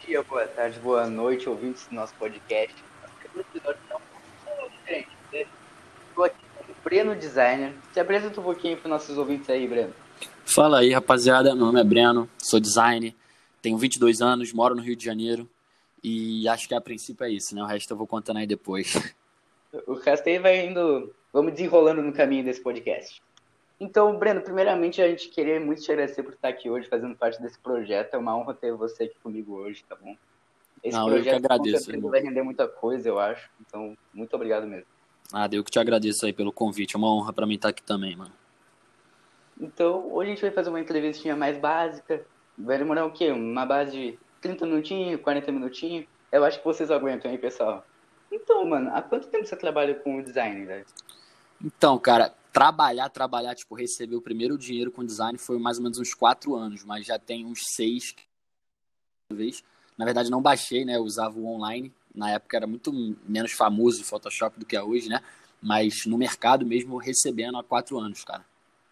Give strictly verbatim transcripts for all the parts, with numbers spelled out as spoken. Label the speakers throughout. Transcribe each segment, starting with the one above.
Speaker 1: dia, boa tarde, boa noite, ouvintes do nosso podcast. Esse episódio é um pouco diferente, né? Estou aqui com o Breno Designer. Se apresenta um pouquinho para os nossos ouvintes aí, Breno.
Speaker 2: Fala aí, rapaziada. Meu nome é Breno, sou designer, tenho vinte e dois anos, moro no Rio de Janeiro e acho que a princípio é isso, né? O resto eu vou contando aí depois.
Speaker 1: O resto aí vai indo, vamos desenrolando no caminho desse podcast. Então, Breno, primeiramente a gente queria muito te agradecer por estar aqui hoje fazendo parte desse projeto. É uma honra ter você aqui comigo hoje, tá bom? Esse
Speaker 2: Não, eu que
Speaker 1: projeto com
Speaker 2: agradeço,
Speaker 1: certeza
Speaker 2: irmão.
Speaker 1: vai render muita coisa, eu acho. Então, muito obrigado mesmo.
Speaker 2: Nada, eu que te agradeço aí pelo convite. É uma honra pra mim estar aqui também, mano.
Speaker 1: Então, hoje a gente vai fazer uma entrevistinha mais básica. Vai demorar o quê? Uma base de trinta minutinhos, quarenta minutinhos. Eu acho que vocês aguentam aí, pessoal. Então, mano, há quanto tempo você trabalha com o design, velho?
Speaker 2: Então, cara, trabalhar, trabalhar, tipo, receber o primeiro dinheiro com design foi mais ou menos uns quatro anos, mas já tem uns seis, talvez. Na verdade, não baixei, né? Eu usava o online. Na época era muito menos famoso o Photoshop do que é hoje, né? Mas no mercado mesmo, recebendo há quatro anos, cara.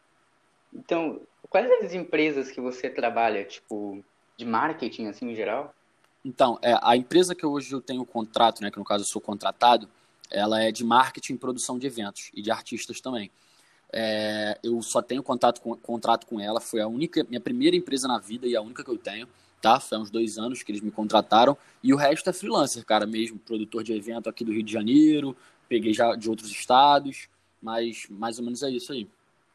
Speaker 1: Então, quais as empresas que você trabalha, tipo, de marketing, assim, em geral?
Speaker 2: Então, é, a empresa que hoje eu tenho contrato, né, que no caso eu sou contratado, ela é de marketing e produção de eventos e de artistas também. É, eu só tenho contato com, contrato com ela, foi a única, minha primeira empresa na vida e a única que eu tenho, tá? Foi há uns dois anos que eles me contrataram e o resto é freelancer, cara, mesmo, produtor de evento aqui do Rio de Janeiro, peguei já de outros estados, mas mais ou menos é isso aí.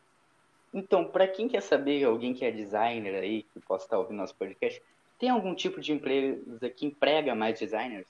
Speaker 1: Então, para quem quer saber, alguém que é designer aí, que possa estar ouvindo nosso podcast, tem algum tipo de empresa que emprega mais designers?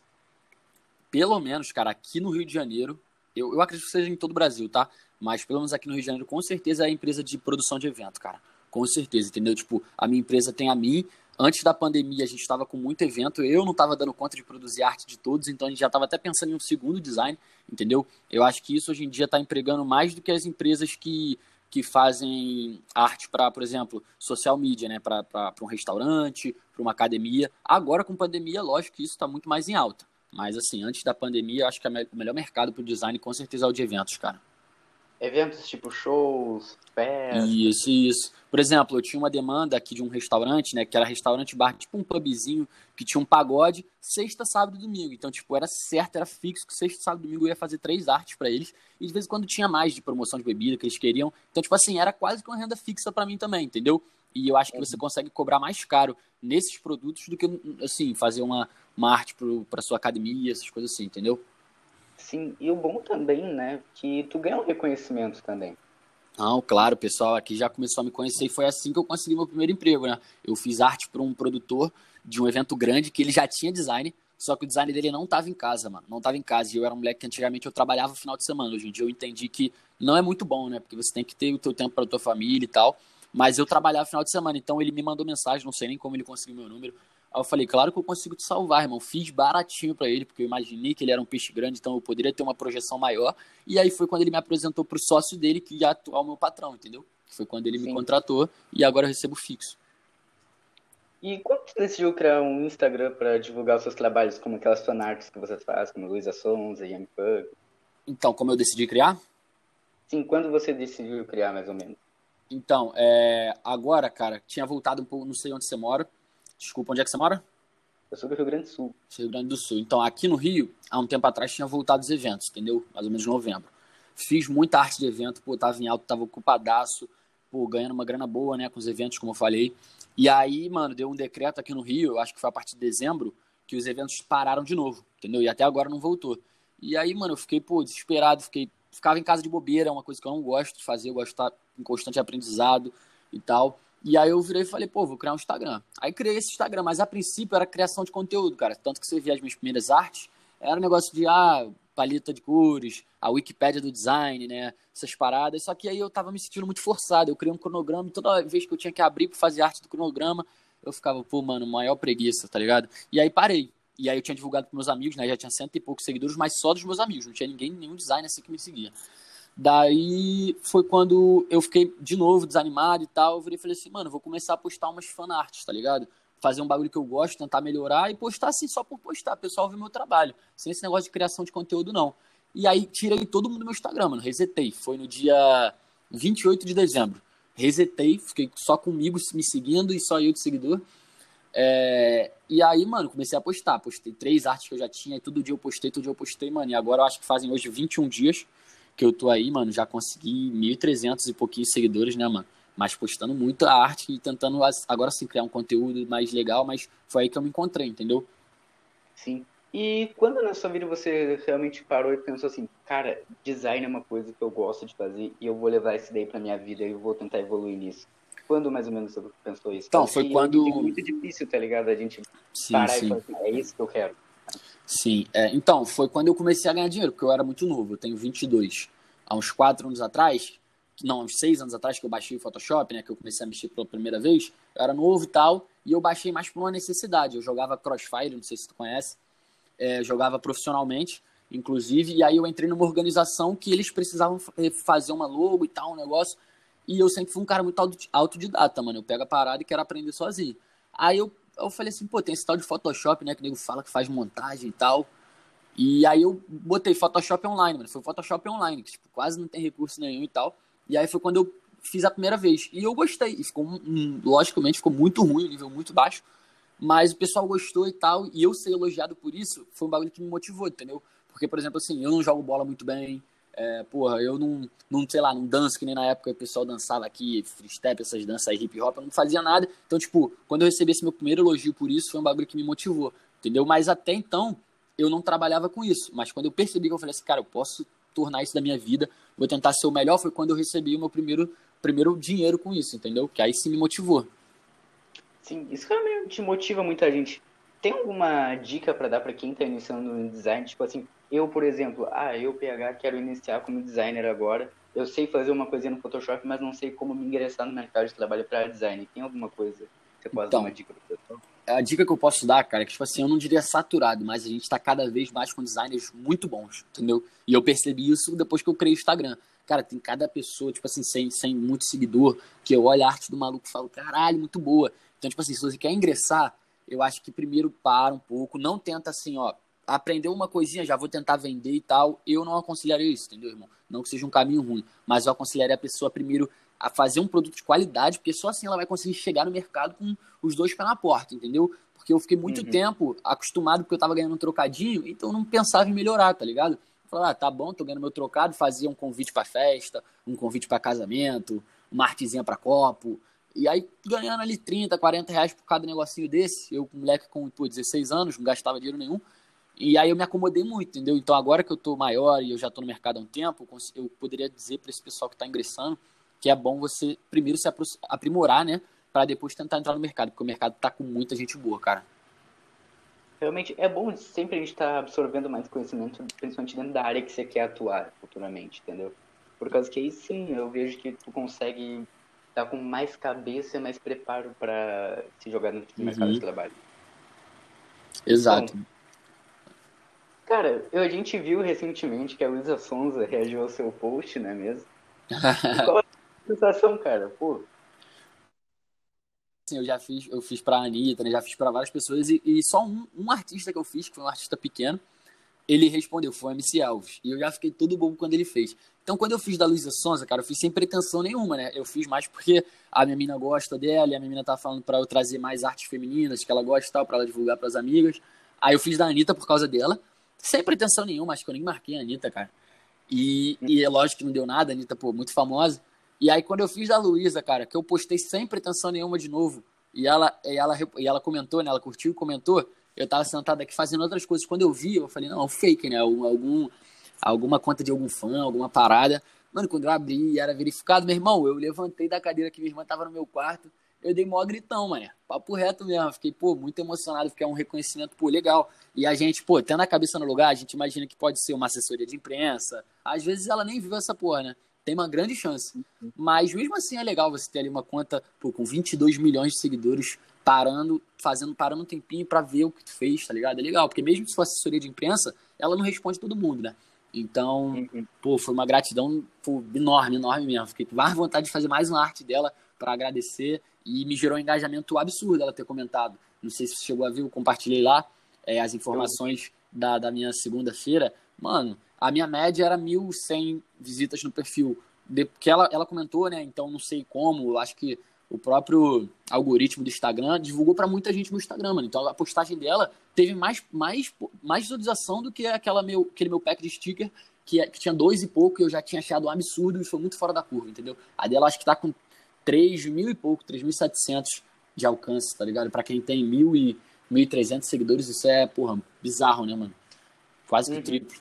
Speaker 2: Pelo menos, cara, aqui no Rio de Janeiro, eu, eu acredito que seja em todo o Brasil, tá? Mas pelo menos aqui no Rio de Janeiro, com certeza é a empresa de produção de evento, cara. Com certeza, entendeu? Tipo, a minha empresa tem a mim. Antes da pandemia, a gente estava com muito evento. Eu não estava dando conta de produzir arte de todos, então a gente já estava até pensando em um segundo design, entendeu? Eu acho que isso hoje em dia está empregando mais do que as empresas que, que fazem arte para, por exemplo, social media, né? Para um restaurante, para uma academia. Agora, com pandemia, lógico que isso está muito mais em alta. Mas, assim, antes da pandemia, eu acho que o melhor mercado para o design, com certeza, é o de eventos, cara.
Speaker 1: Eventos tipo shows, festas.
Speaker 2: Isso, isso. Por exemplo, eu tinha uma demanda aqui de um restaurante, né? Que era restaurante bar, tipo um pubzinho, que tinha um pagode, sexta, sábado e domingo. Então, tipo, era certo, era fixo que sexta, sábado e domingo eu ia fazer três artes para eles. E de vez em quando tinha mais de promoção de bebida que eles queriam. Então, tipo assim, era quase que uma renda fixa para mim também, entendeu? E eu acho que você consegue cobrar mais caro nesses produtos do que, assim, fazer uma, uma arte para sua academia, essas coisas assim, entendeu?
Speaker 1: Sim, e o bom também, né, que tu ganha um reconhecimento também.
Speaker 2: Não, claro, o pessoal aqui já começou a me conhecer e foi assim que eu consegui meu primeiro emprego, né? Eu fiz arte para um produtor de um evento grande que ele já tinha design, só que o design dele não estava em casa, mano. Não estava em casa. E eu era um moleque que antigamente eu trabalhava no final de semana. Hoje em dia eu entendi que não é muito bom, né? Porque você tem que ter o teu tempo para tua família e tal. Mas eu trabalhava no final de semana, então ele me mandou mensagem, não sei nem como ele conseguiu meu número. Aí eu falei, claro que eu consigo te salvar, irmão. Fiz baratinho para ele, porque eu imaginei que ele era um peixe grande, então eu poderia ter uma projeção maior. E aí foi quando ele me apresentou pro sócio dele, que é atual meu patrão, entendeu? Foi quando ele me
Speaker 1: Sim.
Speaker 2: contratou e agora eu recebo fixo.
Speaker 1: E quando você decidiu criar um Instagram para divulgar os seus trabalhos, como aquelas fanarts que você faz, como Luísa Sonza, Young Pug?
Speaker 2: Então, como eu decidi criar?
Speaker 1: Sim, quando você decidiu criar, mais ou menos?
Speaker 2: Então, é, agora, cara, tinha voltado um pouco, não sei onde você mora. Desculpa, onde é que você mora?
Speaker 1: Eu sou do Rio Grande do Sul.
Speaker 2: Rio Grande do Sul. Então, aqui no Rio, há um tempo atrás, tinha voltado os eventos, entendeu? Mais ou menos em novembro. Fiz muita arte de evento, pô, tava em alto, tava ocupadaço, pô, ganhando uma grana boa, né, com os eventos, como eu falei. E aí, mano, deu um decreto aqui no Rio, eu acho que foi a partir de dezembro, que os eventos pararam de novo, entendeu? E até agora não voltou. E aí, mano, eu fiquei, pô, desesperado, fiquei, ficava em casa de bobeira, é uma coisa que eu não gosto de fazer, eu gosto de estar em constante aprendizado e tal. E aí eu virei e falei, pô, vou criar um Instagram. Aí criei esse Instagram, mas a princípio era criação de conteúdo, cara. Tanto que você via as minhas primeiras artes, era um negócio de, ah, paleta de cores, a Wikipédia do design, né? Essas paradas. Só que aí eu tava me sentindo muito forçado. Eu criei um cronograma e toda vez que eu tinha que abrir pra fazer arte do cronograma, eu ficava, pô, mano, maior preguiça, tá ligado? E aí parei. E aí eu tinha divulgado pros meus amigos, né? Já tinha cento e poucos seguidores, mas só dos meus amigos. Não tinha ninguém, nenhum designer assim que me seguia. Daí foi quando eu fiquei de novo desanimado e tal. Eu virei e falei assim, mano, vou começar a postar umas fanarts, tá ligado? Fazer um bagulho que eu gosto, tentar melhorar e postar assim só por postar. O pessoal vê meu trabalho. Sem esse negócio de criação de conteúdo, não. E aí tirei todo mundo do meu Instagram, mano. Resetei. Foi no dia vinte e oito de dezembro. Resetei, fiquei só comigo me seguindo e só eu de seguidor. É, e aí, mano, comecei a postar. Postei três artes que eu já tinha, e todo dia eu postei, todo dia eu postei, mano. E agora eu acho que fazem hoje vinte e um dias que eu tô aí, mano. Já consegui mil e trezentos e pouquinhos seguidores, né, mano? Mas postando muita arte e tentando agora sim criar um conteúdo mais legal, mas foi aí que eu me encontrei, entendeu?
Speaker 1: Sim. E quando na sua vida você realmente parou e pensou assim, cara, design é uma coisa que eu gosto de fazer e eu vou levar isso daí pra minha vida e eu vou tentar evoluir nisso? Quando mais ou menos você pensou isso?
Speaker 2: Então,
Speaker 1: Caso
Speaker 2: foi
Speaker 1: que hoje em dia é
Speaker 2: quando.
Speaker 1: muito difícil, tá ligado? A gente
Speaker 2: Sim,
Speaker 1: parar e falar
Speaker 2: sim.
Speaker 1: assim, é isso que eu quero.
Speaker 2: Sim. É, então, foi quando eu comecei a ganhar dinheiro, porque eu era muito novo, eu tenho vinte e dois. Há uns quatro anos atrás, não, uns seis anos atrás que eu baixei o Photoshop, né, que eu comecei a mexer pela primeira vez, eu era novo e tal, e eu baixei mais por uma necessidade. Eu jogava Crossfire, não sei se tu conhece, é, jogava profissionalmente, inclusive, e aí eu entrei numa organização que eles precisavam fazer uma logo e tal, um negócio, e eu sempre fui um cara muito autodidata, mano, eu pego a parada e quero aprender sozinho. Aí eu, eu falei assim, pô, tem esse tal de Photoshop, né, que o nego fala que faz montagem e tal, e aí eu botei Photoshop online, mano, foi Photoshop online, que tipo, quase não tem recurso nenhum e tal, e aí foi quando eu fiz a primeira vez, e eu gostei, e ficou, um, logicamente, ficou muito ruim, o nível muito baixo, mas o pessoal gostou e tal, e eu ser elogiado por isso foi um bagulho que me motivou, entendeu? Porque, por exemplo, assim, eu não jogo bola muito bem, é, porra, eu não, não, sei lá, não danço que nem na época o pessoal dançava aqui, freestyle, essas danças aí, hip hop, eu não fazia nada. Então, tipo, quando eu recebi esse meu primeiro elogio por isso, foi um bagulho que me motivou, entendeu? Mas até então, eu não trabalhava com isso. Mas quando eu percebi que eu falei assim, cara, eu posso tornar isso da minha vida, vou tentar ser o melhor, foi quando eu recebi o meu primeiro, primeiro dinheiro com isso, entendeu? Que aí sim me motivou.
Speaker 1: Sim, isso realmente motiva muita gente. Tem alguma dica para dar para quem está iniciando no design? Tipo assim, eu, por exemplo, ah, eu, P H, quero iniciar como designer agora. Eu sei fazer uma coisinha no Photoshop, mas não sei como me ingressar no mercado de trabalho para design. Tem alguma coisa que você possa dar uma
Speaker 2: Então,
Speaker 1: dica para o pessoal?
Speaker 2: a dica que eu posso dar, cara, é que, tipo assim, eu não diria saturado, mas a gente tá cada vez mais com designers muito bons, entendeu? E eu percebi isso depois que eu criei o Instagram. Cara, tem cada pessoa, tipo assim, sem, sem muito seguidor, que eu olho a arte do maluco e falo, caralho, muito boa. Então, tipo assim, se você quer ingressar, eu acho que primeiro para um pouco, não tenta assim, ó, aprender uma coisinha, já vou tentar vender e tal. Eu não aconselharia isso, entendeu, irmão? Não que seja um caminho ruim, mas eu aconselharia a pessoa primeiro a fazer um produto de qualidade, porque só assim ela vai conseguir chegar no mercado com os dois pés na porta, entendeu? Porque eu fiquei muito
Speaker 1: Uhum.
Speaker 2: tempo acostumado, porque eu tava ganhando um trocadinho, então eu não pensava em melhorar, tá ligado? Eu falava, ah, tá bom, tô ganhando meu trocado, fazia um convite pra festa, um convite pra casamento, uma artezinha pra copo, e aí ganhando ali trinta, quarenta reais por cada negocinho desse, eu, moleque com pô, dezesseis anos, não gastava dinheiro nenhum, e aí eu me acomodei muito, entendeu? Então agora que eu tô maior e eu já tô no mercado há um tempo, eu poderia dizer para esse pessoal que tá ingressando que é bom você primeiro se aprimorar, né? Para depois tentar entrar no mercado, porque o mercado tá com muita gente boa, cara.
Speaker 1: Realmente é bom sempre a gente estar absorvendo mais conhecimento, principalmente dentro da área que você quer atuar futuramente, entendeu? Por causa que aí sim, eu vejo que tu consegue estar com mais cabeça e mais preparo para se jogar no mercado de
Speaker 2: Uhum.
Speaker 1: trabalho. Então,
Speaker 2: Exato.
Speaker 1: cara, eu, a gente viu recentemente que a Luísa Sonza reagiu ao seu post, não é mesmo? E qual é a sensação, cara? Pô,
Speaker 2: Sim, eu já fiz, eu fiz pra Anitta, né? Já fiz pra várias pessoas e, e só um, um artista que eu fiz, que foi um artista pequeno, ele respondeu, foi o M C Alves. E eu já fiquei todo bobo quando ele fez. Então, quando eu fiz da Luísa Sonza, cara, eu fiz sem pretensão nenhuma, né? Eu fiz mais porque a minha mina gosta dela e a minha mina tá falando pra eu trazer mais artes femininas que ela gosta e tal, pra ela divulgar pras amigas. Aí eu fiz da Anitta por causa dela, sem pretensão nenhuma, acho que eu nem marquei a Anitta, cara. E, e é lógico que não deu nada, a Anitta, pô, muito famosa. E aí, quando eu fiz da Luísa, cara, que eu postei sem pretensão nenhuma de novo, e ela, e ela, e ela comentou, né? Ela curtiu e comentou. Eu tava sentado aqui fazendo outras coisas. Quando eu vi, eu falei, não, é um fake, né? Algum, algum, alguma conta de algum fã, alguma parada. Mano, quando eu abri e era verificado, meu irmão, eu levantei da cadeira que minha irmã tava no meu quarto. Eu dei maior gritão, mano. Papo reto mesmo. Fiquei, pô, muito emocionado, porque é um reconhecimento, pô, legal. E a gente, pô, tendo a cabeça no lugar, a gente imagina que pode ser uma assessoria de imprensa. Às vezes ela nem viu essa porra, né? Tem uma grande chance. Mas mesmo assim é legal você ter ali uma conta, pô, com vinte e dois milhões de seguidores parando, fazendo, parando um tempinho pra ver o que tu fez, tá ligado? É legal, porque mesmo se for assessoria de imprensa, ela não responde todo mundo, né? Então,
Speaker 1: uhum.
Speaker 2: pô, foi uma gratidão pô, enorme, enorme mesmo. Fiquei com mais vontade de fazer mais uma arte dela para agradecer e me gerou um engajamento absurdo ela ter comentado. Não sei se você chegou a ver, eu compartilhei lá é, as
Speaker 1: Eu,
Speaker 2: informações da, da minha segunda-feira. Mano, a minha média era mil e cem visitas no perfil. De, que ela, ela comentou, né? Então não sei como, eu acho que o próprio algoritmo do Instagram divulgou pra muita gente no Instagram, mano. Então a postagem dela teve mais, mais, mais visualização do que aquela meu, aquele meu pack de sticker que, que tinha dois e pouco, e eu já tinha achado um absurdo e foi muito fora da curva, entendeu? A dela acho que tá com três mil e pouco, três mil e setecentos de alcance, tá ligado? Pra quem tem mil e mil e trezentos seguidores, isso é, porra, bizarro, né, mano? Quase que
Speaker 1: Uhum.
Speaker 2: triplo.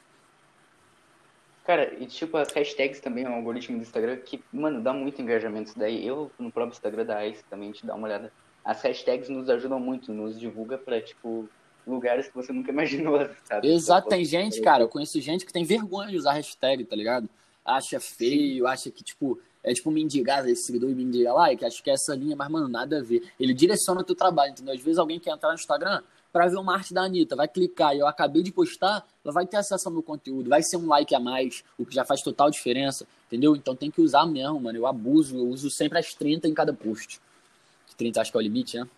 Speaker 1: Cara, e tipo, as hashtags também, o algoritmo do Instagram, que, mano, dá muito engajamento isso daí. Eu, no próprio Instagram da Ice, também te dá uma olhada. As hashtags nos ajudam muito, nos divulga pra, tipo, lugares que você nunca imaginou, sabe?
Speaker 2: Exato, tem gente, cara, eu conheço gente que tem vergonha de usar hashtag, tá ligado? Acha feio,
Speaker 1: Sim.
Speaker 2: acha que, tipo, é tipo mendigar, esse seguidor e mendigar like, acho que é essa linha, mas, mano, nada a ver. Ele direciona o teu trabalho, entendeu? Às vezes alguém quer entrar no Instagram pra ver uma arte da Anitta, vai clicar e eu acabei de postar, ela vai ter acesso ao meu conteúdo, vai ser um like a mais, o que já faz total diferença, entendeu? Então tem que usar mesmo, mano, eu abuso, eu uso sempre as trinta em cada post. trinta acho que é o limite, né?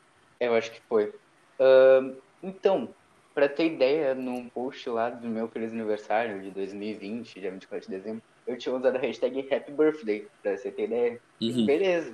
Speaker 1: Eu acho que foi. Ahn, então, pra ter ideia, num post lá do meu feliz aniversário de dois mil e vinte, dia vinte e quatro de dezembro, eu tinha usado a hashtag Happy Birthday, pra você ter ideia. E
Speaker 2: Uhum.
Speaker 1: beleza.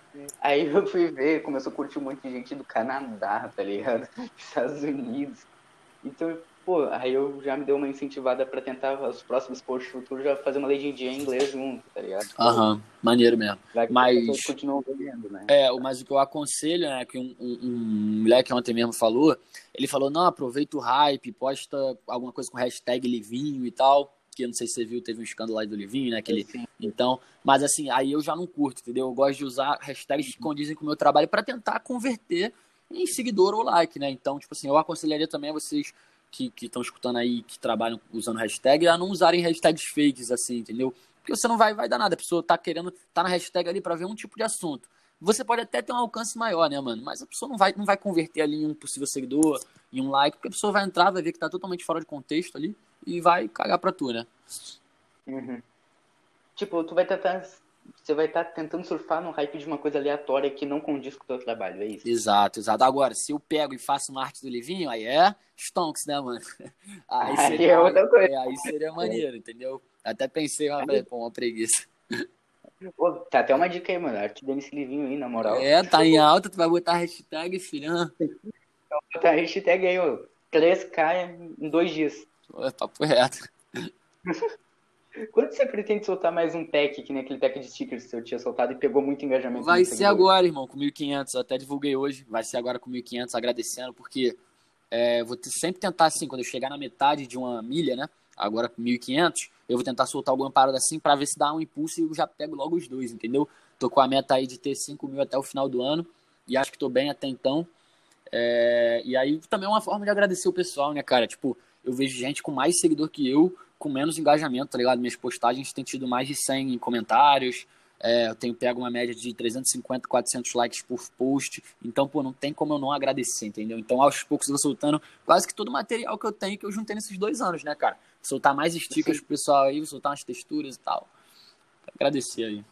Speaker 1: Aí eu fui ver, começou a curtir um monte de gente do Canadá, tá ligado? Estados Unidos. Então, pô, aí eu já me deu uma incentivada pra tentar os próximos posts futuros já fazer uma legendinha em inglês junto, tá ligado? Pô,
Speaker 2: Aham, maneiro mesmo.
Speaker 1: vai que as pessoas
Speaker 2: Mas
Speaker 1: continuam vendo, né?
Speaker 2: É, mas o que eu aconselho, né, que um, um, um moleque ontem mesmo falou, ele falou, não, aproveita o hype, posta alguma coisa com hashtag Livinho e tal, que eu não sei se você viu, teve um escândalo lá do Livinho, né, aquele,
Speaker 1: Assim,
Speaker 2: então, mas assim, aí eu já não curto, entendeu? Eu gosto de usar hashtags que condizem com o meu trabalho para tentar converter em seguidor ou like, né, então, tipo assim, eu aconselharia também a vocês que estão escutando aí, que trabalham usando hashtag, a não usarem hashtags fakes, assim, entendeu? Porque você não vai, vai dar nada, a pessoa tá querendo, tá na hashtag ali para ver um tipo de assunto. Você pode até ter um alcance maior, né, mano? Mas a pessoa não vai, não vai converter ali em um possível seguidor, em um like, porque a pessoa vai entrar, vai ver que tá totalmente fora de contexto ali e vai cagar pra tu, né?
Speaker 1: uhum. Tipo, tu vai tentar. Você vai estar tentando surfar no hype de uma coisa aleatória que não condiz com o teu trabalho, é isso?
Speaker 2: Exato, exato. Agora, se eu pego e faço uma arte do Livinho, aí é stonks, né, mano? Aí
Speaker 1: Aí
Speaker 2: seria,
Speaker 1: é
Speaker 2: aí,
Speaker 1: outra coisa.
Speaker 2: é, aí seria maneiro, entendeu? Até pensei, mas falei, pô, uma preguiça.
Speaker 1: Pô, tá até uma dica aí, mano. A arte desse livrinho aí, na moral.
Speaker 2: É, tá em alta, tu vai botar hashtag, filhão.
Speaker 1: Tá a hashtag aí, ó. três K em dois dias.
Speaker 2: Pô, é papo reto.
Speaker 1: Quando você pretende soltar mais um pack, que nem aquele pack de stickers que eu tinha soltado e pegou muito engajamento
Speaker 2: Vai
Speaker 1: nos
Speaker 2: ser
Speaker 1: seguidores?
Speaker 2: agora, irmão, com mil e quinhentos. Eu até divulguei hoje. Vai ser agora com mil e quinhentos, agradecendo, porque é, vou ter, sempre tentar, assim, quando eu chegar na metade de uma milha, né? Agora com mil e quinhentos, eu vou tentar soltar alguma parada assim pra ver se dá um impulso e eu já pego logo os dois, entendeu? Tô com a meta aí de ter cinco mil até o final do ano e acho que tô bem até então. É, e aí também é uma forma de agradecer o pessoal, né, cara? Tipo, eu vejo gente com mais seguidor que eu, com menos engajamento, tá ligado? Minhas postagens têm tido mais de cem comentários, é, eu tenho pego uma média de trezentos e cinquenta, quatrocentos likes por post, então, pô, não tem como eu não agradecer, entendeu? Então, aos poucos eu vou soltando quase que todo o material que eu tenho que eu juntei nesses dois anos, né, cara? Vou soltar mais stickers
Speaker 1: Sim.
Speaker 2: pro pessoal aí, vou soltar umas texturas e tal. Agradecer aí.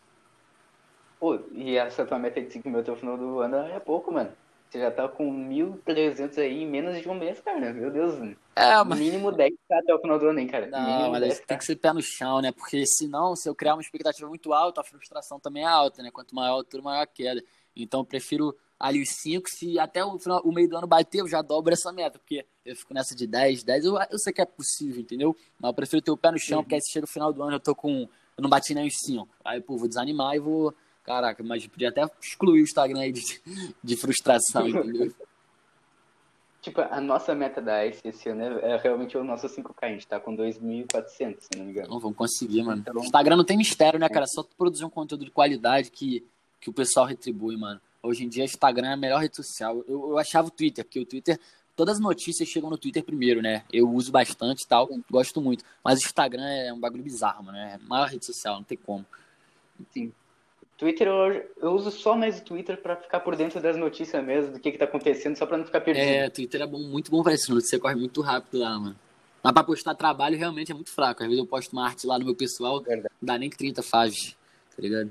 Speaker 1: Pô, e essa tua meta de cinco mil até o final do ano é pouco, mano. Você já tá com mil e trezentos aí em menos de um mês, cara. Meu Deus.
Speaker 2: É, mas
Speaker 1: Mínimo dez k até o final do ano, hein, cara.
Speaker 2: Não,
Speaker 1: Mínimo
Speaker 2: mas tem
Speaker 1: dez k.
Speaker 2: que ser pé no chão, né? Porque senão, se eu criar uma expectativa muito alta, a frustração também é alta, né? Quanto maior a altura, maior a queda. Então eu prefiro ali os cinco, se até o, final, o meio do ano bater, eu já dobro essa meta, porque eu fico nessa de dez, dez, eu, eu sei que é possível, entendeu? Mas eu prefiro ter o pé no chão, porque aí se chega o final do ano eu tô com. Eu não bati nem os cinco. Aí, pô, vou desanimar e vou. Caraca, mas podia até excluir o Instagram aí de, de frustração, entendeu?
Speaker 1: Tipo, a nossa meta da ICE esse ano é, é realmente o nosso cinco k. A gente tá com dois mil e quatrocentos, se não me engano.
Speaker 2: Não, vamos conseguir, mano.
Speaker 1: Então,
Speaker 2: Instagram não tem mistério, né,
Speaker 1: é,
Speaker 2: cara? É só tu produzir um conteúdo de qualidade que, que o pessoal retribui, mano. Hoje em dia, Instagram é a melhor rede social. Eu, eu achava o Twitter, porque o Twitter, todas as notícias chegam no Twitter primeiro, né? Eu uso bastante e tal, gosto muito. Mas o Instagram é um bagulho bizarro, mano. É a maior rede social, não tem como.
Speaker 1: sim. Twitter, eu, eu uso só mais o Twitter pra ficar por dentro das notícias mesmo, do que que tá acontecendo, só pra não ficar perdido.
Speaker 2: É, Twitter é bom, muito bom pra isso, mano. Você corre muito rápido lá, mano. Mas pra postar trabalho, realmente é muito fraco. Às vezes eu posto uma arte lá no meu pessoal,
Speaker 1: Verdade.
Speaker 2: não dá nem que trinta faves, tá ligado?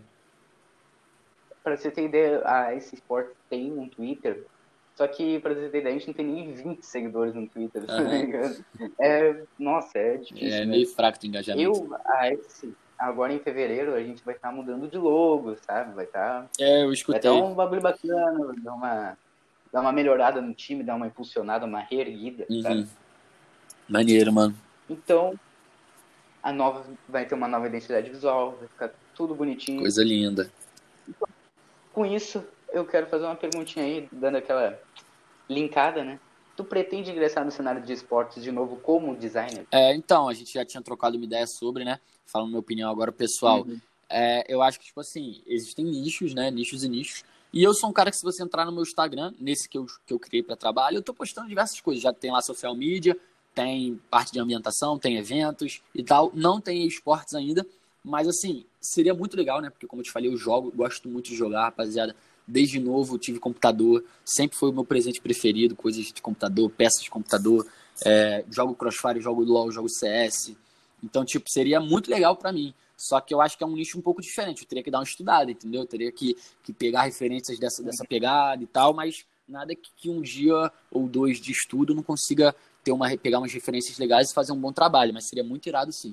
Speaker 1: Pra você ter ideia, a esse Sport tem um Twitter, só que, pra você ter ideia, a gente não tem nem vinte seguidores no Twitter, se não me
Speaker 2: Aham.
Speaker 1: engano. É, nossa, é
Speaker 2: É
Speaker 1: difícil
Speaker 2: meio
Speaker 1: mesmo.
Speaker 2: fraco de engajamento.
Speaker 1: Eu, a Ice, agora em fevereiro a gente vai estar tá mudando de logo, sabe? Vai estar tá,
Speaker 2: É, eu
Speaker 1: vai tá
Speaker 2: escutei.
Speaker 1: um bagulho bacana, dar uma, dar uma melhorada no time, dar uma impulsionada, uma reerguida, sabe?
Speaker 2: Uhum. Maneiro, mano.
Speaker 1: Então, a nova vai ter uma nova identidade visual, vai ficar tudo bonitinho.
Speaker 2: Coisa linda.
Speaker 1: Então, com isso, eu quero fazer uma perguntinha aí, dando aquela linkada, né? Tu pretende ingressar no cenário de esportes de novo como designer?
Speaker 2: É, então, a gente já tinha trocado uma ideia sobre, né? Falando minha opinião agora, pessoal.
Speaker 1: Uhum.
Speaker 2: É, eu acho que, tipo assim, existem nichos, né? Nichos e nichos. E eu sou um cara que, se você entrar no meu Instagram, nesse que eu, que eu criei para trabalho, eu tô postando diversas coisas. Já tem lá social media, tem parte de ambientação, tem eventos e tal. Não tem esportes ainda, mas, assim, seria muito legal, né? Porque, como eu te falei, eu jogo, gosto muito de jogar, rapaziada. Desde novo tive computador, sempre foi o meu presente preferido, coisas de computador, peças de computador, é, jogo Crossfire, jogo LoL, jogo C S. Então, tipo, seria muito legal pra mim. Só que eu acho que é um nicho um pouco diferente. Eu teria que dar uma estudada, entendeu? Eu teria que, que pegar referências dessa, dessa pegada e tal, mas nada que, que um dia ou dois de estudo não consiga ter uma, pegar umas referências legais e fazer um bom trabalho. Mas seria muito irado, sim.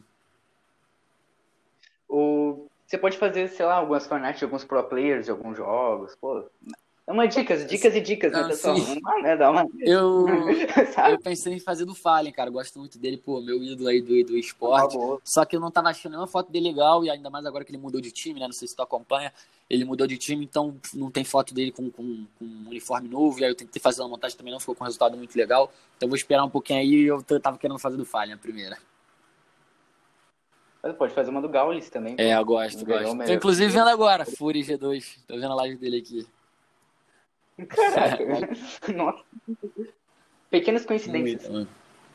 Speaker 1: Ou você pode fazer, sei lá, algumas fanarts de alguns pro players de alguns jogos, pô. É uma dicas, dicas e dicas, né,
Speaker 2: Ah,
Speaker 1: pessoal?
Speaker 2: sim.
Speaker 1: Não, né, dá uma...
Speaker 2: Eu, eu
Speaker 1: Sabe?
Speaker 2: pensei em fazer do Fallen, cara. Eu gosto muito dele, pô, meu ídolo aí do, do
Speaker 1: É uma
Speaker 2: esporte.
Speaker 1: boa.
Speaker 2: Só que eu não tava achando nenhuma foto dele legal, e ainda mais agora que ele mudou de time, né? Não sei se tu acompanha. Ele mudou de time, então não tem foto dele com, com, com um uniforme novo. E aí eu tentei fazer uma montagem também, não ficou com um resultado muito legal. Então eu vou esperar um pouquinho aí. Eu tava querendo fazer do Fallen a primeira.
Speaker 1: Mas pode fazer uma do Gaules também,
Speaker 2: É,
Speaker 1: pô.
Speaker 2: eu gosto,
Speaker 1: Ganhou o
Speaker 2: gosto. Tô
Speaker 1: melhor.
Speaker 2: inclusive vendo agora, Fury G dois. Tô vendo a live dele aqui.
Speaker 1: Caraca. Nossa. Pequenas coincidências.
Speaker 2: Muito, mano.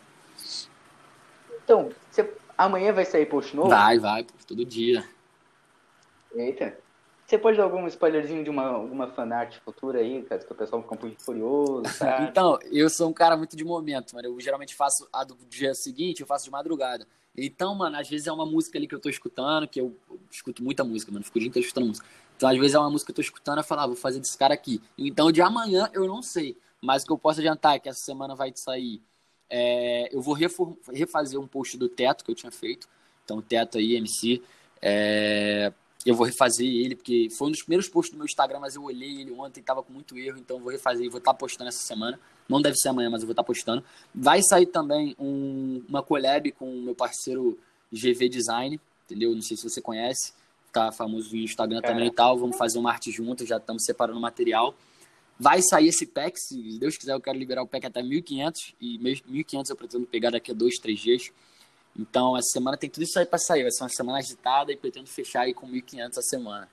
Speaker 1: Então, você... amanhã vai sair post novo?
Speaker 2: Vai, vai, pô, todo dia.
Speaker 1: Eita. Você pode dar algum spoilerzinho de uma, alguma fanart futura aí, caso que o pessoal fique um pouco curioso, sabe?
Speaker 2: Então, eu sou um cara muito de momento, mano. Eu geralmente faço a do dia seguinte, eu faço de madrugada. Então, mano, às vezes é uma música ali que eu tô escutando, que eu, eu escuto muita música, mano. Fico o dia inteiro escutando música. Então, às vezes é uma música que eu tô escutando, eu falo, ah, vou fazer desse cara aqui. Então, de amanhã eu não sei. Mas o que eu posso adiantar é que essa semana vai sair. É, eu vou refor- refazer um post do Teto que eu tinha feito. Então, o Teto aí, M C. É, eu vou refazer ele, porque foi um dos primeiros posts do meu Instagram, mas eu olhei ele ontem e tava com muito erro, então eu vou refazer e vou estar postando essa semana. Não deve ser amanhã, mas eu vou estar postando. Vai sair também um, uma collab com o meu parceiro G V Design, entendeu? Não sei se você conhece, tá famoso no Instagram também e tal. Vamos fazer uma arte junto, já estamos separando o material. Vai sair esse pack, se Deus quiser eu quero liberar o pack até mil e quinhentos, e mil e quinhentos eu pretendo pegar daqui a dois, três dias. Então, essa semana tem tudo isso aí pra sair. Vai ser uma semana agitada e pretendo fechar aí com mil e quinhentos a semana.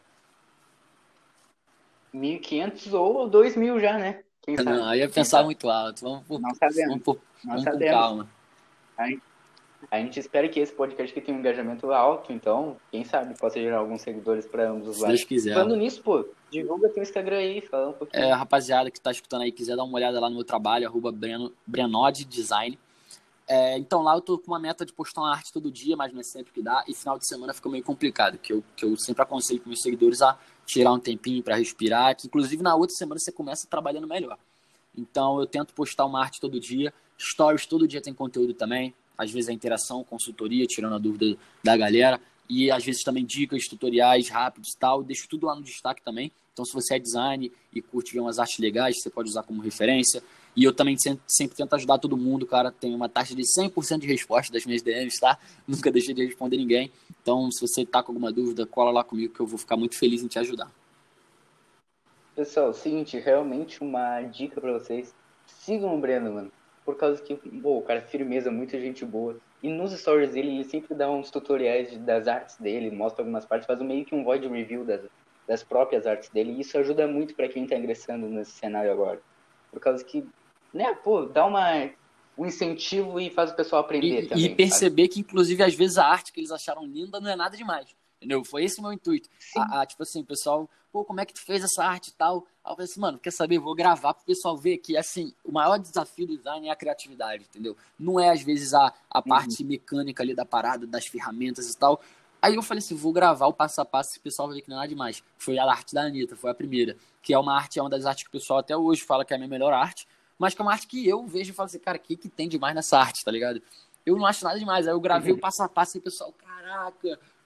Speaker 1: mil e quinhentos ou dois mil já, né? Quem
Speaker 2: Não,
Speaker 1: sabe?
Speaker 2: aí ia
Speaker 1: Quem
Speaker 2: pensar
Speaker 1: sabe?
Speaker 2: muito alto. Vamos, por,
Speaker 1: Não
Speaker 2: vamos,
Speaker 1: sabemos.
Speaker 2: por,
Speaker 1: Não
Speaker 2: vamos com
Speaker 1: sabemos.
Speaker 2: calma.
Speaker 1: A gente, a gente espera que esse podcast aqui tenha um engajamento alto, então, quem sabe, possa gerar alguns seguidores para ambos os
Speaker 2: Se Deus
Speaker 1: lados.
Speaker 2: quiser.
Speaker 1: Falando
Speaker 2: Mano.
Speaker 1: nisso, pô, divulga teu Instagram aí, fala um pouquinho.
Speaker 2: É, rapaziada que tá escutando aí, quiser dar uma olhada lá no meu trabalho, arroba Breno, Brenod Design. É, então lá eu tô com uma meta de postar uma arte todo dia, mas não é sempre que dá, e final de semana fica meio complicado, que eu, que eu sempre aconselho para meus seguidores a tirar um tempinho para respirar, que inclusive na outra semana você começa trabalhando melhor. Então eu tento postar uma arte todo dia, stories todo dia tem conteúdo também, às vezes é interação, consultoria, tirando a dúvida da galera, e às vezes também dicas, tutoriais rápidos e tal, deixo tudo lá no destaque também. Então se você é design e curte ver umas artes legais, você pode usar como referência. E eu também sempre, sempre tento ajudar todo mundo, cara. Tenho uma taxa de cem por cento de resposta das minhas D Ms, tá? Nunca deixei de responder ninguém. Então, se você tá com alguma dúvida, cola lá comigo que eu vou ficar muito feliz em te ajudar.
Speaker 1: Pessoal, seguinte, realmente uma dica pra vocês. Sigam o Breno, mano. Por causa que, pô, o cara é firmeza, muita gente boa. E nos stories dele, ele sempre dá uns tutoriais de, das artes dele, mostra algumas partes, faz meio que um void review das, das próprias artes dele. E isso ajuda muito pra quem tá ingressando nesse cenário agora. Por causa que, né, pô, dá uma, um incentivo e faz o pessoal aprender
Speaker 2: E,
Speaker 1: também.
Speaker 2: e perceber
Speaker 1: sabe?
Speaker 2: que, inclusive, às vezes a arte que eles acharam linda não é nada demais. Entendeu? Foi esse o meu intuito. A, a, tipo assim, o pessoal, pô, como é que tu fez essa arte e tal? Aí eu falei assim, mano, quer saber? Vou gravar pro pessoal ver que, assim, o maior desafio do design é a criatividade, entendeu? Não é, às vezes, a, a parte uhum. mecânica ali da parada, das ferramentas e tal. Aí eu falei assim, vou gravar o passo a passo que o pessoal vai ver que não é nada demais. Foi a arte da Anitta, foi a primeira. Que é uma arte, é uma das artes que o pessoal até hoje fala que é a minha melhor arte. Mas que é uma arte que eu vejo e falo assim, cara, o que, que tem demais nessa arte, tá ligado? Eu não acho nada demais. Aí eu gravei o passo a passo e o pessoal, caraca,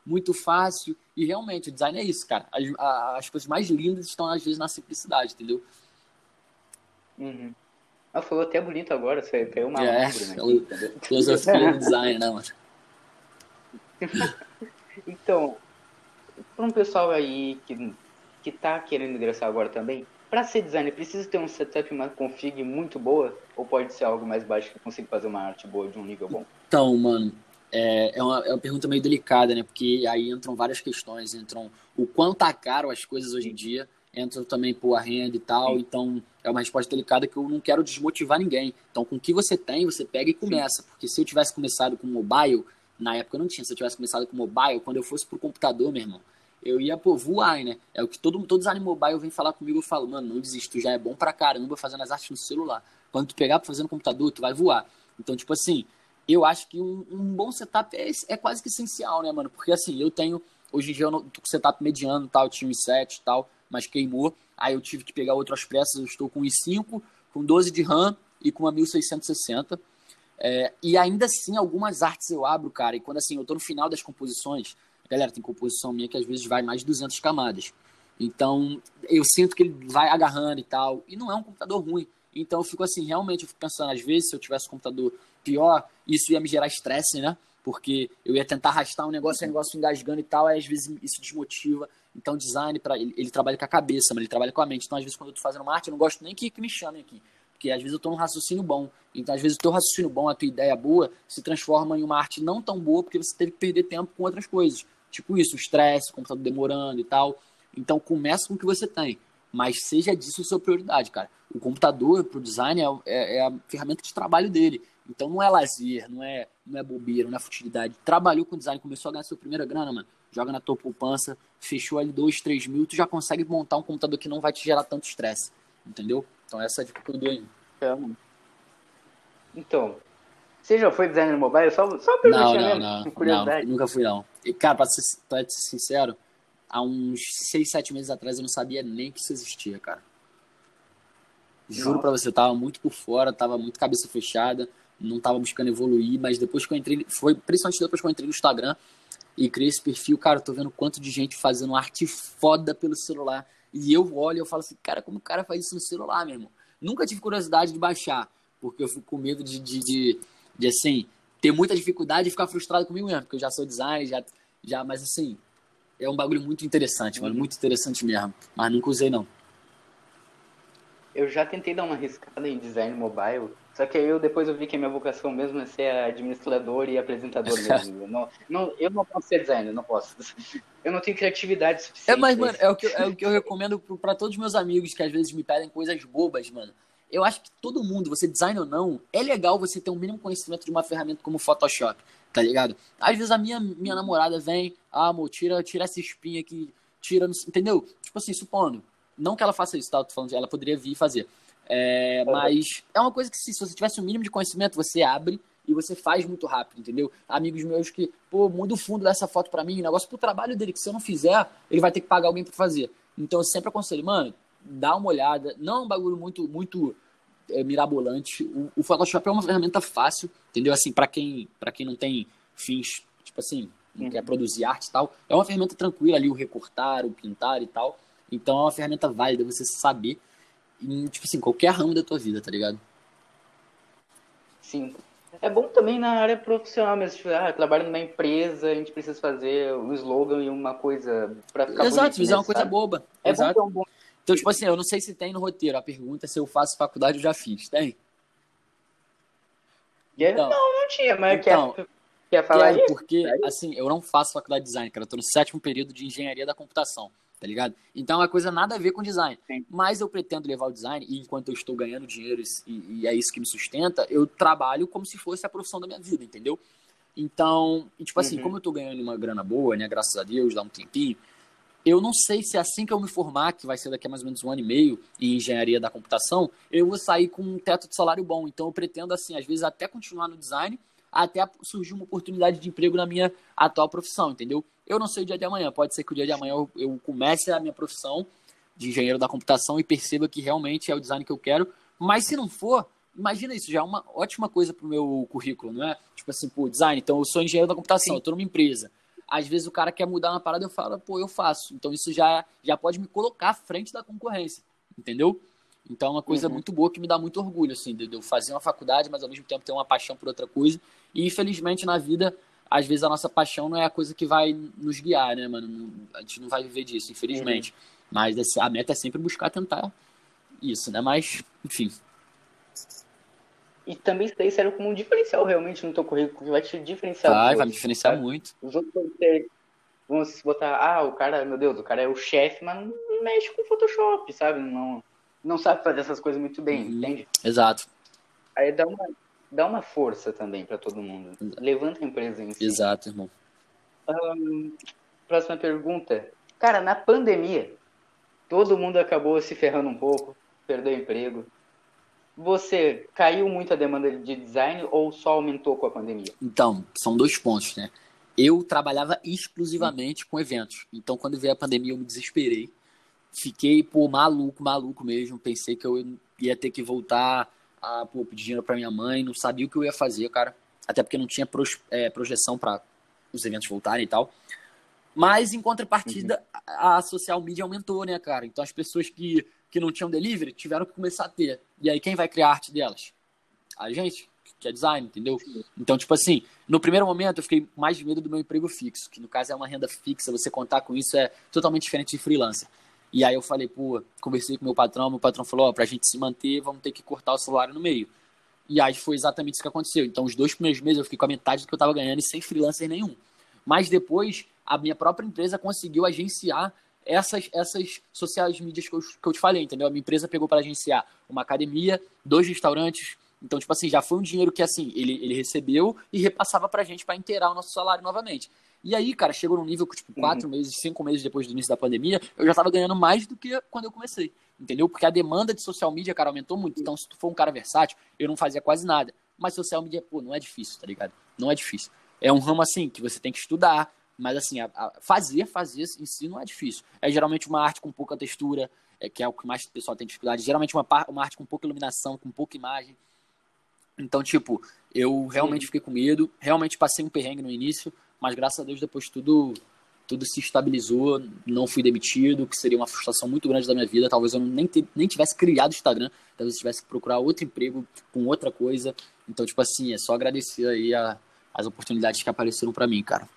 Speaker 2: muito fácil. E realmente, o design é isso, cara. As, as coisas mais lindas estão, às vezes, na simplicidade, entendeu?
Speaker 1: Uhum. Ah, falou até bonito agora, você caiu uma
Speaker 2: É,
Speaker 1: lágrima aqui,
Speaker 2: aquela
Speaker 1: entendeu?
Speaker 2: filosofia do design, né, mano?
Speaker 1: Então, para um pessoal aí que, que tá querendo ingressar agora também, para ser designer, precisa ter um setup, uma config muito boa? Ou pode ser algo mais baixo que consiga fazer uma arte boa de um nível bom?
Speaker 2: Então, mano, é, é, uma, é uma pergunta meio delicada, né? Porque aí entram várias questões. Entram o quanto tá caro as coisas hoje em dia, entram também, pô, a renda e tal.
Speaker 1: Sim.
Speaker 2: Então, é uma resposta delicada que eu não quero desmotivar ninguém. Então, com o que você tem, você pega e começa. Sim. Porque se eu tivesse começado com mobile, na época eu não tinha. Se eu tivesse começado com mobile, quando eu fosse pro computador, meu irmão, eu ia, pô, voar, né? É o que todo, todo design mobile vem falar comigo, eu falo, mano, não desiste, tu já é bom pra caramba fazendo as artes no celular. Quando tu pegar pra fazer no computador, tu vai voar. Então, tipo assim, eu acho que um, um bom setup é, é quase que essencial, né, mano? Porque assim, eu tenho, hoje em dia eu não, tô com setup mediano, tal, tinha um i sete e tal, mas queimou. Aí eu tive que pegar outras peças, eu estou com um i cinco, com doze de RAM e com uma mil seiscentos e sessenta. É, e ainda assim, algumas artes eu abro, cara, e quando assim, eu tô no final das composições, galera, tem composição minha que às vezes vai mais de duzentas camadas. Então, eu sinto que ele vai agarrando e tal, e não é um computador ruim. Então, eu fico assim, realmente, eu fico pensando, às vezes, se eu tivesse um computador pior, isso ia me gerar estresse, né? Porque eu ia tentar arrastar um negócio, o negócio engasgando e tal, aí às vezes isso desmotiva. Então, design, pra, ele, ele trabalha com a cabeça, mas ele trabalha com a mente. Então, às vezes, quando eu tô fazendo uma arte, eu não gosto nem que, que me chamem aqui. Porque às vezes eu tô num raciocínio bom. Então, às vezes, o teu raciocínio bom, a tua ideia boa, se transforma em uma arte não tão boa, porque você teve que perder tempo com outras coisas. Tipo isso, o estresse, o computador demorando e tal. Então, começa com o que você tem. Mas seja disso a sua prioridade, cara. O computador, pro design, é, é, é a ferramenta de trabalho dele. Então, não é lazer, não é, não é bobeira, não é futilidade. Trabalhou com design, começou a ganhar sua primeira grana, mano. Joga na tua poupança, fechou ali dois, três mil, tu já consegue montar um computador que não vai te gerar tanto estresse. Entendeu? Então, essa é a dica que eu dou aí.
Speaker 1: Então, você já foi designer mobile? Só, só uma
Speaker 2: Não,
Speaker 1: perguntinha
Speaker 2: não,
Speaker 1: mesmo,
Speaker 2: não,
Speaker 1: com
Speaker 2: não,
Speaker 1: curiosidade.
Speaker 2: nunca fui não. E, cara, pra ser, pra ser sincero, há uns seis, sete meses atrás eu não sabia nem que isso existia, cara. Juro
Speaker 1: Nossa.
Speaker 2: pra você, eu tava muito por fora, tava muito cabeça fechada, não tava buscando evoluir, mas depois que eu entrei, foi principalmente depois que eu entrei no Instagram e criei esse perfil, cara, eu tô vendo quanto de gente fazendo arte foda pelo celular. E eu olho e eu falo assim, cara, como o cara faz isso no celular, meu irmão? Nunca tive curiosidade de baixar, porque eu fico com medo de, de, de, de assim, ter muita dificuldade e ficar frustrado comigo mesmo, porque eu já sou designer, já, já, mas assim, é um bagulho muito interessante, mano, muito interessante mesmo. Mas nunca usei, não.
Speaker 1: Eu já tentei dar uma arriscada em design mobile, só que aí eu depois eu vi que a minha vocação mesmo é ser administrador e apresentador mesmo. Eu não, não, eu não posso ser designer, não posso. Eu não tenho criatividade
Speaker 2: É,
Speaker 1: suficiente
Speaker 2: mas,
Speaker 1: para
Speaker 2: mano,
Speaker 1: isso.
Speaker 2: é o, que, eu- é o que eu recomendo pro- pra todos os meus amigos que às vezes me pedem coisas bobas, mano. Eu acho que todo mundo, você design ou não, é legal você ter um mínimo conhecimento de uma ferramenta como o Photoshop, tá ligado? Às vezes a minha, minha namorada vem, ah, amor, tira, tira essa espinha aqui, tira, não sei- entendeu? Tipo assim, supondo, não que ela faça isso, tá? Eu tô falando, ela poderia vir e fazer. É, mas é uma coisa que se, se você tivesse um mínimo de conhecimento, você abre e você faz muito rápido, entendeu? Amigos meus que, pô, muda o fundo dessa foto pra mim, negócio pro trabalho dele, que se eu não fizer, ele vai ter que pagar alguém pra fazer. Então eu sempre aconselho, mano, dá uma olhada, não é um bagulho muito, muito é, mirabolante. O, o Photoshop é uma ferramenta fácil, entendeu? Assim, pra quem, pra quem não tem fins, tipo assim, não quer produzir arte e tal, é uma ferramenta tranquila ali, o recortar, o pintar e tal. Então é uma ferramenta válida você saber em, tipo assim, qualquer ramo da tua vida, tá ligado?
Speaker 1: Sim. É bom também na área profissional mesmo. Tipo, ah, trabalho numa empresa, a gente precisa fazer um slogan e uma coisa pra ficar
Speaker 2: Exato,
Speaker 1: bonito
Speaker 2: isso é uma
Speaker 1: mesmo,
Speaker 2: coisa
Speaker 1: sabe?
Speaker 2: boba.
Speaker 1: É bom ter
Speaker 2: Exato.
Speaker 1: um bom.
Speaker 2: Então, tipo assim, eu não sei se tem no roteiro. A pergunta é se eu faço faculdade, eu já fiz. Tem?
Speaker 1: Não,
Speaker 2: Então,
Speaker 1: não tinha, mas quer,
Speaker 2: então,
Speaker 1: quer falar
Speaker 2: quero,
Speaker 1: isso?
Speaker 2: porque, assim, eu não faço faculdade de design, cara. Eu tô no sétimo período de engenharia da computação, tá ligado? Então é uma coisa nada a ver com design.
Speaker 1: Sim.
Speaker 2: Mas eu pretendo levar o design, e enquanto eu estou ganhando dinheiro e, e é isso que me sustenta, eu trabalho como se fosse a profissão da minha vida, entendeu? Então, e, tipo assim,
Speaker 1: Uhum.
Speaker 2: como eu tô ganhando uma grana boa, né, graças a Deus, dá um tempinho, eu não sei se assim que eu me formar, que vai ser daqui a mais ou menos um ano e meio, em engenharia da computação, eu vou sair com um teto de salário bom. Então eu pretendo, assim, às vezes até continuar no design, até surgir uma oportunidade de emprego na minha atual profissão, entendeu? Eu não sei o dia de amanhã, pode ser que o dia de amanhã eu, eu comece a minha profissão de engenheiro da computação e perceba que realmente é o design que eu quero, mas se não for, imagina isso, já é uma ótima coisa pro meu currículo, não é? Tipo assim, pô, design, então eu sou engenheiro da computação,
Speaker 1: Sim.
Speaker 2: eu tô numa empresa. às vezes o cara quer mudar uma parada, eu falo, pô, eu faço. Então isso já, já pode me colocar à frente da concorrência, entendeu? Então é uma coisa
Speaker 1: Uhum.
Speaker 2: muito boa que me dá muito orgulho, assim, de eu fazer uma faculdade, mas ao mesmo tempo ter uma paixão por outra coisa. E infelizmente na vida, às vezes a nossa paixão não é a coisa que vai nos guiar, né, mano? A gente não vai viver disso, infelizmente.
Speaker 1: Uhum.
Speaker 2: Mas a meta é sempre buscar tentar isso, né? Mas, enfim.
Speaker 1: E também isso daí serve como um diferencial realmente no teu currículo, que vai te diferenciar dos
Speaker 2: Vai, vai me
Speaker 1: outros,
Speaker 2: diferenciar
Speaker 1: sabe?
Speaker 2: muito.
Speaker 1: Os outros vão ter, vão se botar, ah, o cara, meu Deus, o cara é o chefe, mas não mexe com Photoshop, sabe? Não, não sabe fazer essas coisas muito bem,
Speaker 2: Uhum.
Speaker 1: entende?
Speaker 2: Exato.
Speaker 1: Aí dá uma, dá uma força também pra todo mundo. Levanta a empresa em si.
Speaker 2: Exato, irmão.
Speaker 1: Hum, próxima pergunta. Cara, na pandemia, todo mundo acabou se ferrando um pouco, perdeu emprego. Você caiu muito a demanda de design ou só aumentou com a pandemia?
Speaker 2: Então, são dois pontos, né? Eu trabalhava exclusivamente com eventos. Então, quando veio a pandemia, eu me desesperei. Fiquei, pô, maluco, maluco mesmo. Pensei que eu ia ter que voltar a pô, pedir dinheiro pra minha mãe. Não sabia o que eu ia fazer, cara. Até porque não tinha pro, é, projeção para os eventos voltarem e tal. Mas, em contrapartida, uhum. a social media aumentou, né, cara? Então, as pessoas que, que não tinham delivery tiveram que começar a ter. E aí, quem vai criar a arte delas? A gente, que é design, entendeu? Então, tipo assim, no primeiro momento eu fiquei mais de medo do meu emprego fixo, que no caso é uma renda fixa, você contar com isso é totalmente diferente de freelancer. E aí eu falei, pô, conversei com meu patrão, meu patrão falou, ó, pra gente se manter, vamos ter que cortar o salário no meio. E aí foi exatamente isso que aconteceu. Então, os dois primeiros meses eu fiquei com a metade do que eu tava ganhando e sem freelancer nenhum. Mas depois, a minha própria empresa conseguiu agenciar essas, essas sociais mídias que eu, que eu te falei, entendeu? A minha empresa pegou para agenciar uma academia, dois restaurantes. Então, tipo assim, já foi um dinheiro que, assim, ele, ele recebeu e repassava pra gente para inteirar o nosso salário novamente. E aí, cara, chegou num nível que, tipo, quatro uhum. meses, cinco meses depois do início da pandemia, eu já tava ganhando mais do que quando eu comecei, entendeu? Porque a demanda de social media, cara, aumentou muito. Então, se tu for um cara versátil, eu não fazia quase nada. Mas social media, pô, não é difícil, tá ligado? Não é difícil. É um ramo, assim, que você tem que estudar, mas, assim, a, a fazer, fazer em si não é difícil. É geralmente uma arte com pouca textura, é, que é o que mais o pessoal tem dificuldade. Geralmente uma, uma arte com pouca iluminação, com pouca imagem. Então, tipo, eu realmente fiquei com medo, realmente passei um perrengue no início, mas graças a Deus depois tudo, tudo se estabilizou, não fui demitido, que seria uma frustração muito grande da minha vida. Talvez eu nem, te, nem tivesse criado o Instagram, talvez eu tivesse que procurar outro emprego com outra coisa. Então, tipo assim, é só agradecer aí a, as oportunidades que apareceram pra mim, cara.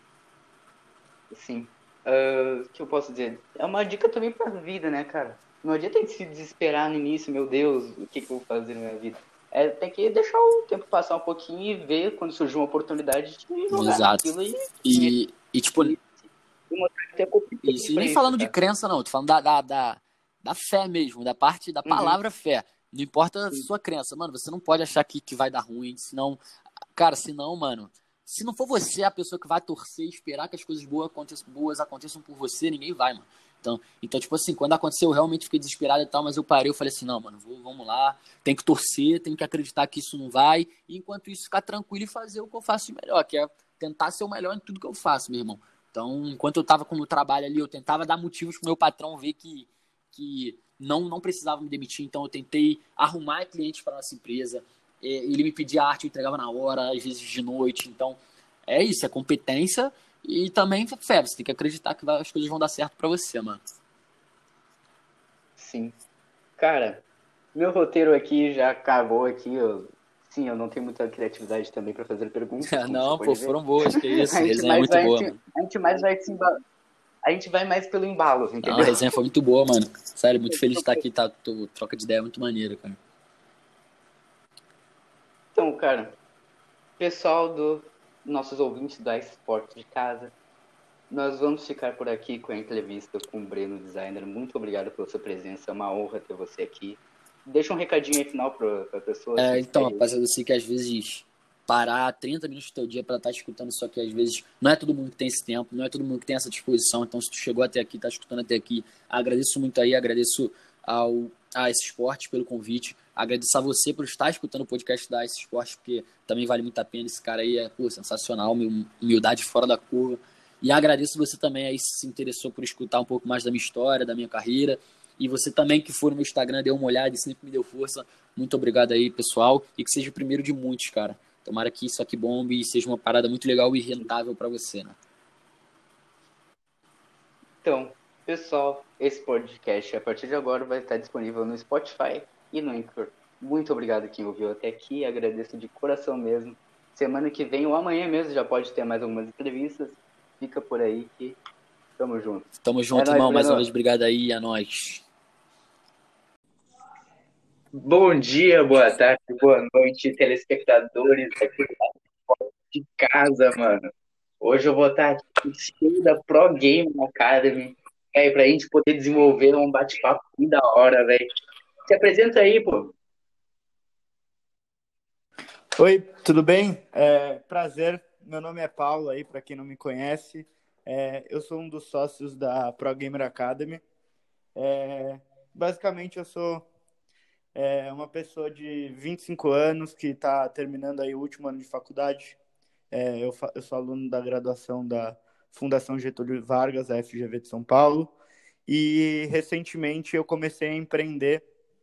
Speaker 1: Sim. O uh, que eu posso dizer? É uma dica também pra vida, né, cara? Não adianta a gente se desesperar no início, meu Deus, o que, que eu vou fazer na minha vida? É, tem que deixar o tempo passar um pouquinho e ver quando surgir uma oportunidade de jogar
Speaker 2: Exato.
Speaker 1: naquilo e,
Speaker 2: e, e tipo...
Speaker 1: E, e
Speaker 2: isso, e nem falando de crença, não. Tô falando da, da, da, da fé mesmo, da parte da palavra uhum. fé. Não importa a sua crença. Mano, você não pode achar que, que vai dar ruim, senão... Cara, senão, mano... Se não for você a pessoa que vai torcer e esperar que as coisas boas aconteçam, boas aconteçam por você, ninguém vai, mano. Então, então, tipo assim, quando aconteceu, eu realmente fiquei desesperado e tal, mas eu parei, eu falei assim, não, mano, vou, vamos lá, tem que torcer, tem que acreditar que isso não vai, e enquanto isso, ficar tranquilo e fazer o que eu faço de melhor, que é tentar ser o melhor em tudo que eu faço, meu irmão. Então, enquanto eu tava com o meu trabalho ali, eu tentava dar motivos pro meu patrão ver que, que não, não precisava me demitir, então eu tentei arrumar clientes para nossa empresa, ele me pedia arte, eu entregava na hora, às vezes de noite, então é isso, é competência e também fé, você tem que acreditar que as coisas vão dar certo pra você, mano.
Speaker 1: Sim. Cara, meu roteiro aqui já acabou aqui, eu... sim, eu não tenho muita criatividade também pra fazer perguntas.
Speaker 2: Não, pô, foram boas, que isso, a resenha é muito
Speaker 1: vai,
Speaker 2: boa,
Speaker 1: a gente,
Speaker 2: mano.
Speaker 1: A gente mais vai se embalar. A gente vai mais pelo embalo, entendeu?
Speaker 2: Não, a resenha foi muito boa, mano. Sério, muito feliz de estar aqui, tá? Troca de ideia muito maneira, cara.
Speaker 1: Então, cara, pessoal do nossos ouvintes da Esporte de Casa, nós vamos ficar por aqui com a entrevista com o Breno Designer. Muito obrigado pela sua presença, é uma honra ter você aqui. Deixa um recadinho aí final para a pessoa.
Speaker 2: É, então, rapaziada, eu sei que às vezes parar trinta minutos do teu dia para estar tá escutando isso aqui, às vezes não é todo mundo que tem esse tempo, não é todo mundo que tem essa disposição, então se tu chegou até aqui, tá escutando até aqui, agradeço muito aí, agradeço ao, a esse esporte pelo convite, agradeço a você por estar escutando o podcast da esse esporte, porque também vale muito a pena, esse cara aí é, pô, sensacional, humildade fora da curva, e agradeço você também aí se interessou por escutar um pouco mais da minha história, da minha carreira, e você também que for no meu Instagram, deu uma olhada e sempre me deu força, muito obrigado aí, pessoal, e que seja o primeiro de muitos, cara. Tomara que isso aqui bombe e seja uma parada muito legal e rentável pra você, né?
Speaker 1: Então, pessoal, esse podcast a partir de agora vai estar disponível no Spotify e no Anchor. Muito obrigado quem ouviu até aqui, agradeço de coração mesmo. Semana que vem ou amanhã mesmo já pode ter mais algumas entrevistas. Fica por aí que tamo junto.
Speaker 2: Tamo junto,
Speaker 1: É nóis,
Speaker 2: irmão. Mais uma
Speaker 1: Breno.
Speaker 2: vez, obrigado aí. É nóis.
Speaker 1: Bom dia, boa tarde, boa noite, telespectadores aqui de casa, mano. Hoje eu vou estar aqui no estilo da Pro Game Academy, é, pra gente poder desenvolver um bate-papo bem da hora, velho. Se apresenta aí, pô.
Speaker 3: Oi, tudo bem? É, prazer, meu nome é Paulo aí, para quem não me conhece. É, eu sou um dos sócios da Pro Gamer Academy. É, basicamente, eu sou é, uma pessoa de vinte e cinco anos que está terminando aí o último ano de faculdade. É, eu, fa- eu sou aluno da graduação da Fundação Getúlio Vargas, a F G V de São Paulo. E recentemente eu comecei a empreender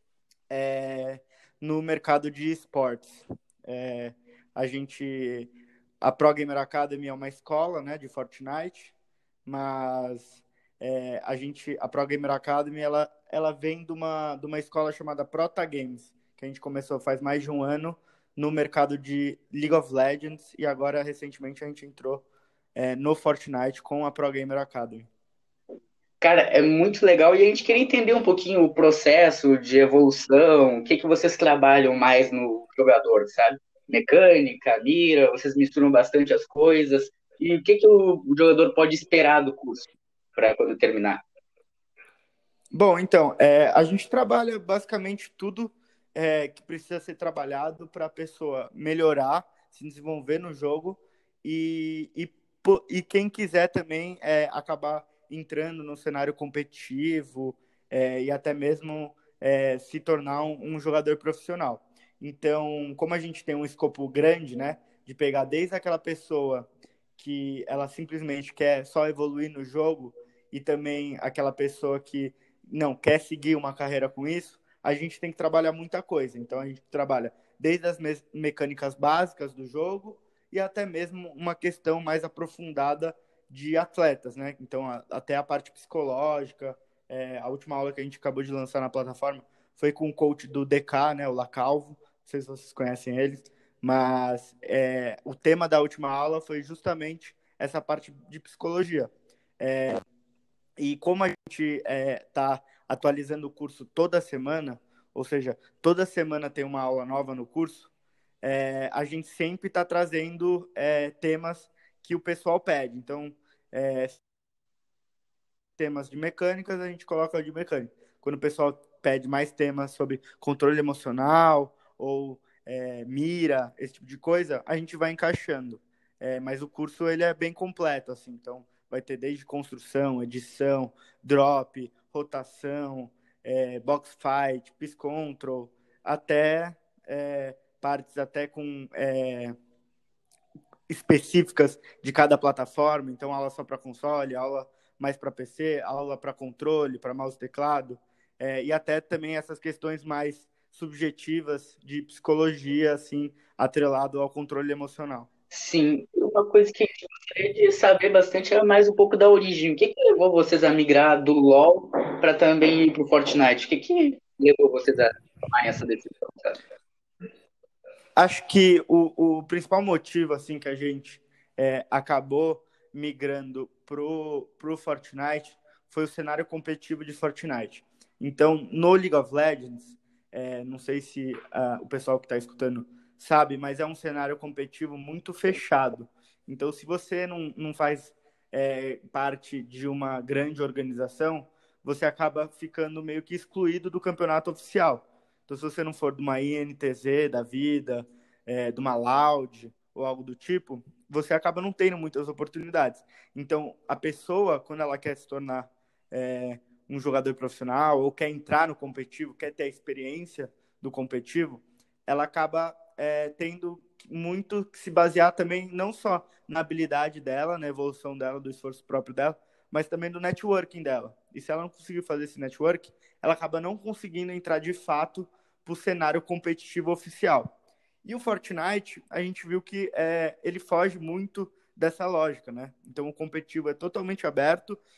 Speaker 3: é, no mercado de esportes. É, a gente, a Pro Gamer Academy é uma escola, né, de Fortnite, mas é, a gente, a Pro Gamer Academy, ela, ela vem de uma, de uma escola chamada Prota Games, que a gente começou faz mais de um ano no mercado de League of Legends e agora recentemente a gente entrou é, no Fortnite com a Pro Gamer Academy.
Speaker 1: Cara, é muito legal e a gente queria entender um pouquinho o processo de evolução, o que que vocês trabalham mais no jogador, sabe? Mecânica, mira, vocês misturam bastante as coisas. E o que que o jogador pode esperar do curso para quando terminar?
Speaker 3: Bom, então, é, a gente trabalha basicamente tudo é, que precisa ser trabalhado para a pessoa melhorar, se desenvolver no jogo e, e, po- e quem quiser também é, acabar entrando no cenário competitivo é, e até mesmo é, se tornar um, um jogador profissional. Então, como a gente tem um escopo grande, né, de pegar desde aquela pessoa que ela simplesmente quer só evoluir no jogo e também aquela pessoa que não quer seguir uma carreira com isso, a gente tem que trabalhar muita coisa. Então a gente trabalha desde as me mecânicas básicas do jogo e até mesmo uma questão mais aprofundada de atletas, né? Então a, até a parte psicológica. É, a última aula que a gente acabou de lançar na plataforma foi com o coach do D K, né? O Lacalvo. Não sei se vocês conhecem ele, mas é, o tema da última aula foi justamente essa parte de psicologia. É, e como a gente está atualizando o curso toda semana, ou seja, toda semana tem uma aula nova no curso, é, a gente sempre está trazendo é, temas que o pessoal pede. Então, é, temas de mecânicas, a gente coloca de mecânica. Quando o pessoal pede mais temas sobre controle emocional ou é, mira, esse tipo de coisa, a gente vai encaixando. É, mas o curso ele é bem completo, assim, então vai ter desde construção, edição, drop, rotação, é, box fight, piece control, até é, partes até com é, específicas de cada plataforma, então aula só para console, aula mais para P C, aula para controle, para mouse e teclado, é, e até também essas questões mais subjetivas de psicologia, assim, atrelado ao controle emocional.
Speaker 1: Sim, uma coisa que a gente gostaria de saber bastante é mais um pouco da origem. O que que levou vocês a migrar do LoL para também ir pro Fortnite? O que que levou vocês a tomar essa decisão, sabe?
Speaker 3: Acho que o, o principal motivo assim que a gente é, acabou migrando pro, pro Fortnite foi o cenário competitivo de Fortnite. Então, no League of Legends, é, não sei se uh, o pessoal que está escutando sabe, mas é um cenário competitivo muito fechado. Então, se você não, não faz é, parte de uma grande organização, você acaba ficando meio que excluído do campeonato oficial. Então, se você não for de uma I N T Z da vida, é, de uma Loud ou algo do tipo, você acaba não tendo muitas oportunidades. Então, a pessoa, quando ela quer se tornar é, um jogador profissional ou quer entrar no competitivo, quer ter a experiência do competitivo, ela acaba é, tendo muito que se basear também não só na habilidade dela, na evolução dela, do esforço próprio dela, mas também do networking dela. E se ela não conseguir fazer esse network, ela acaba não conseguindo entrar de fato para o cenário competitivo oficial. E o Fortnite, a gente viu que é, ele foge muito dessa lógica, né? Então o competitivo é totalmente aberto,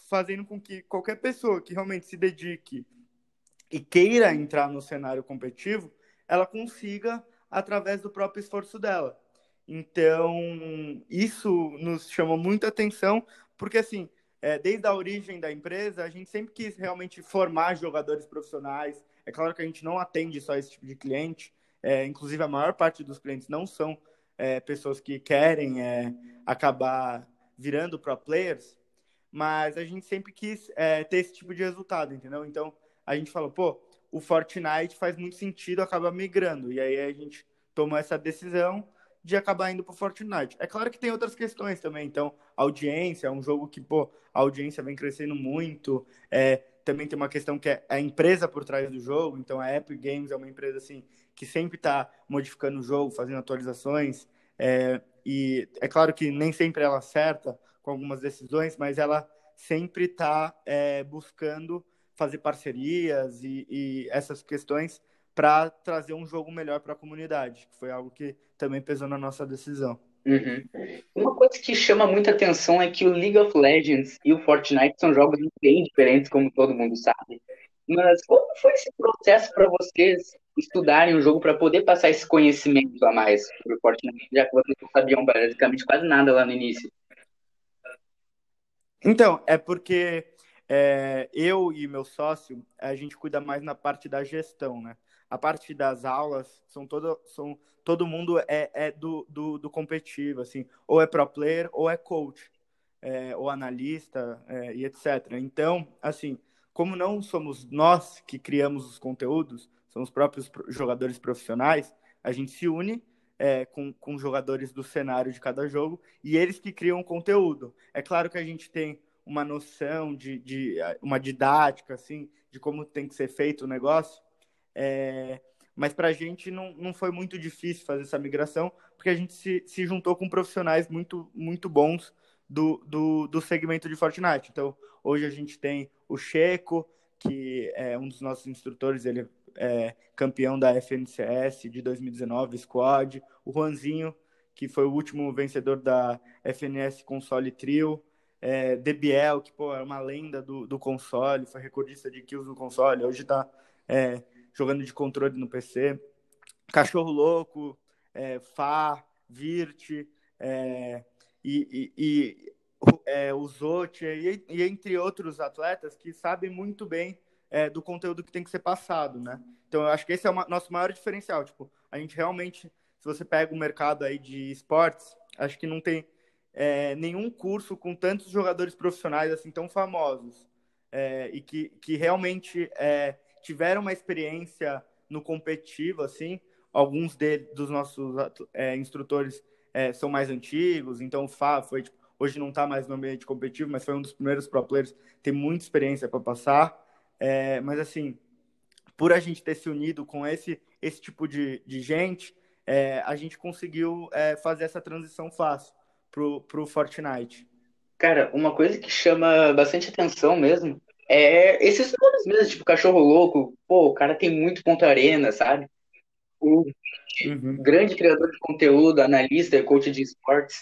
Speaker 3: fazendo com que qualquer pessoa que realmente se dedique e queira entrar no cenário competitivo, ela consiga através do próprio esforço dela. Então, isso nos chamou muita atenção, porque, assim, é, desde a origem da empresa, a gente sempre quis realmente formar jogadores profissionais. É claro que a gente não atende só esse tipo de cliente, é, inclusive a maior parte dos clientes não são é, pessoas que querem é, acabar virando pro players, mas a gente sempre quis é, ter esse tipo de resultado, entendeu? Então, a gente falou, pô, o Fortnite faz muito sentido acabar migrando, e aí a gente tomou essa decisão de acabar indo pro Fortnite. É claro que tem outras questões também, então, audiência, é um jogo que, pô, a audiência vem crescendo muito, é, também tem uma questão que é a empresa por trás do jogo, então a Epic Games é uma empresa, assim, que sempre está modificando o jogo, fazendo atualizações, é, e é claro que nem sempre ela acerta com algumas decisões, mas ela sempre está é, buscando fazer parcerias e, e essas questões para trazer um jogo melhor para a comunidade, que foi algo que também pesou na nossa decisão.
Speaker 1: Uhum. Uma coisa que chama muita atenção é que o League of Legends e o Fortnite são jogos bem diferentes, como todo mundo sabe. Mas como foi esse processo para vocês estudarem o jogo para poder passar esse conhecimento a mais sobre o Fortnite, já que vocês não sabiam basicamente quase nada lá no início?
Speaker 3: Então, é porque é, eu e meu sócio, a gente cuida mais na parte da gestão, né? A parte das aulas, são todo, são, todo mundo é, é do, do, do competitivo, assim, ou é pro player ou é coach, é, ou analista, é, e etcétera. Então, assim, como não somos nós que criamos os conteúdos, são os próprios jogadores profissionais, a gente se une é, com, com jogadores do cenário de cada jogo e eles que criam o conteúdo. É claro que a gente tem uma noção de, de uma didática, assim, de como tem que ser feito o negócio, é, mas para a gente não, não foi muito difícil fazer essa migração, porque a gente se, se juntou com profissionais muito, muito bons do, do, do segmento de Fortnite. Então, hoje a gente tem o Checo, que é um dos nossos instrutores, ele é campeão da F N C S de dois mil e dezenove, Squad, o Juanzinho, que foi o último vencedor da F N S Console Trio, é, Debiel, que pô, é uma lenda do, do console, foi recordista de kills no console, hoje está é, jogando de controle no P C, Cachorro Louco, é, Fá, Virt, é, e, e, e é, o Zotti, e, e entre outros atletas que sabem muito bem é, do conteúdo que tem que ser passado, né? Então, eu acho que esse é o nosso maior diferencial. Tipo, a gente realmente, se você pega o mercado aí de esportes, acho que não tem é, nenhum curso com tantos jogadores profissionais assim tão famosos é, e que, que realmente é, tiveram uma experiência no competitivo, assim. Alguns de, dos nossos é, instrutores é, são mais antigos, então o Fá foi, tipo, hoje não está mais no ambiente competitivo, mas foi um dos primeiros pro players, tem muita experiência para passar. É, mas, assim, por a gente ter se unido com esse, esse tipo de, de gente, é, a gente conseguiu é, fazer essa transição fácil pro, pro Fortnite.
Speaker 1: Cara, uma coisa que chama bastante atenção mesmo é esses nomes mesmo, tipo Cachorro Louco. Pô, o cara tem muito ponto arena, sabe? O
Speaker 3: Uhum.
Speaker 1: grande criador de conteúdo, analista, coach de esportes.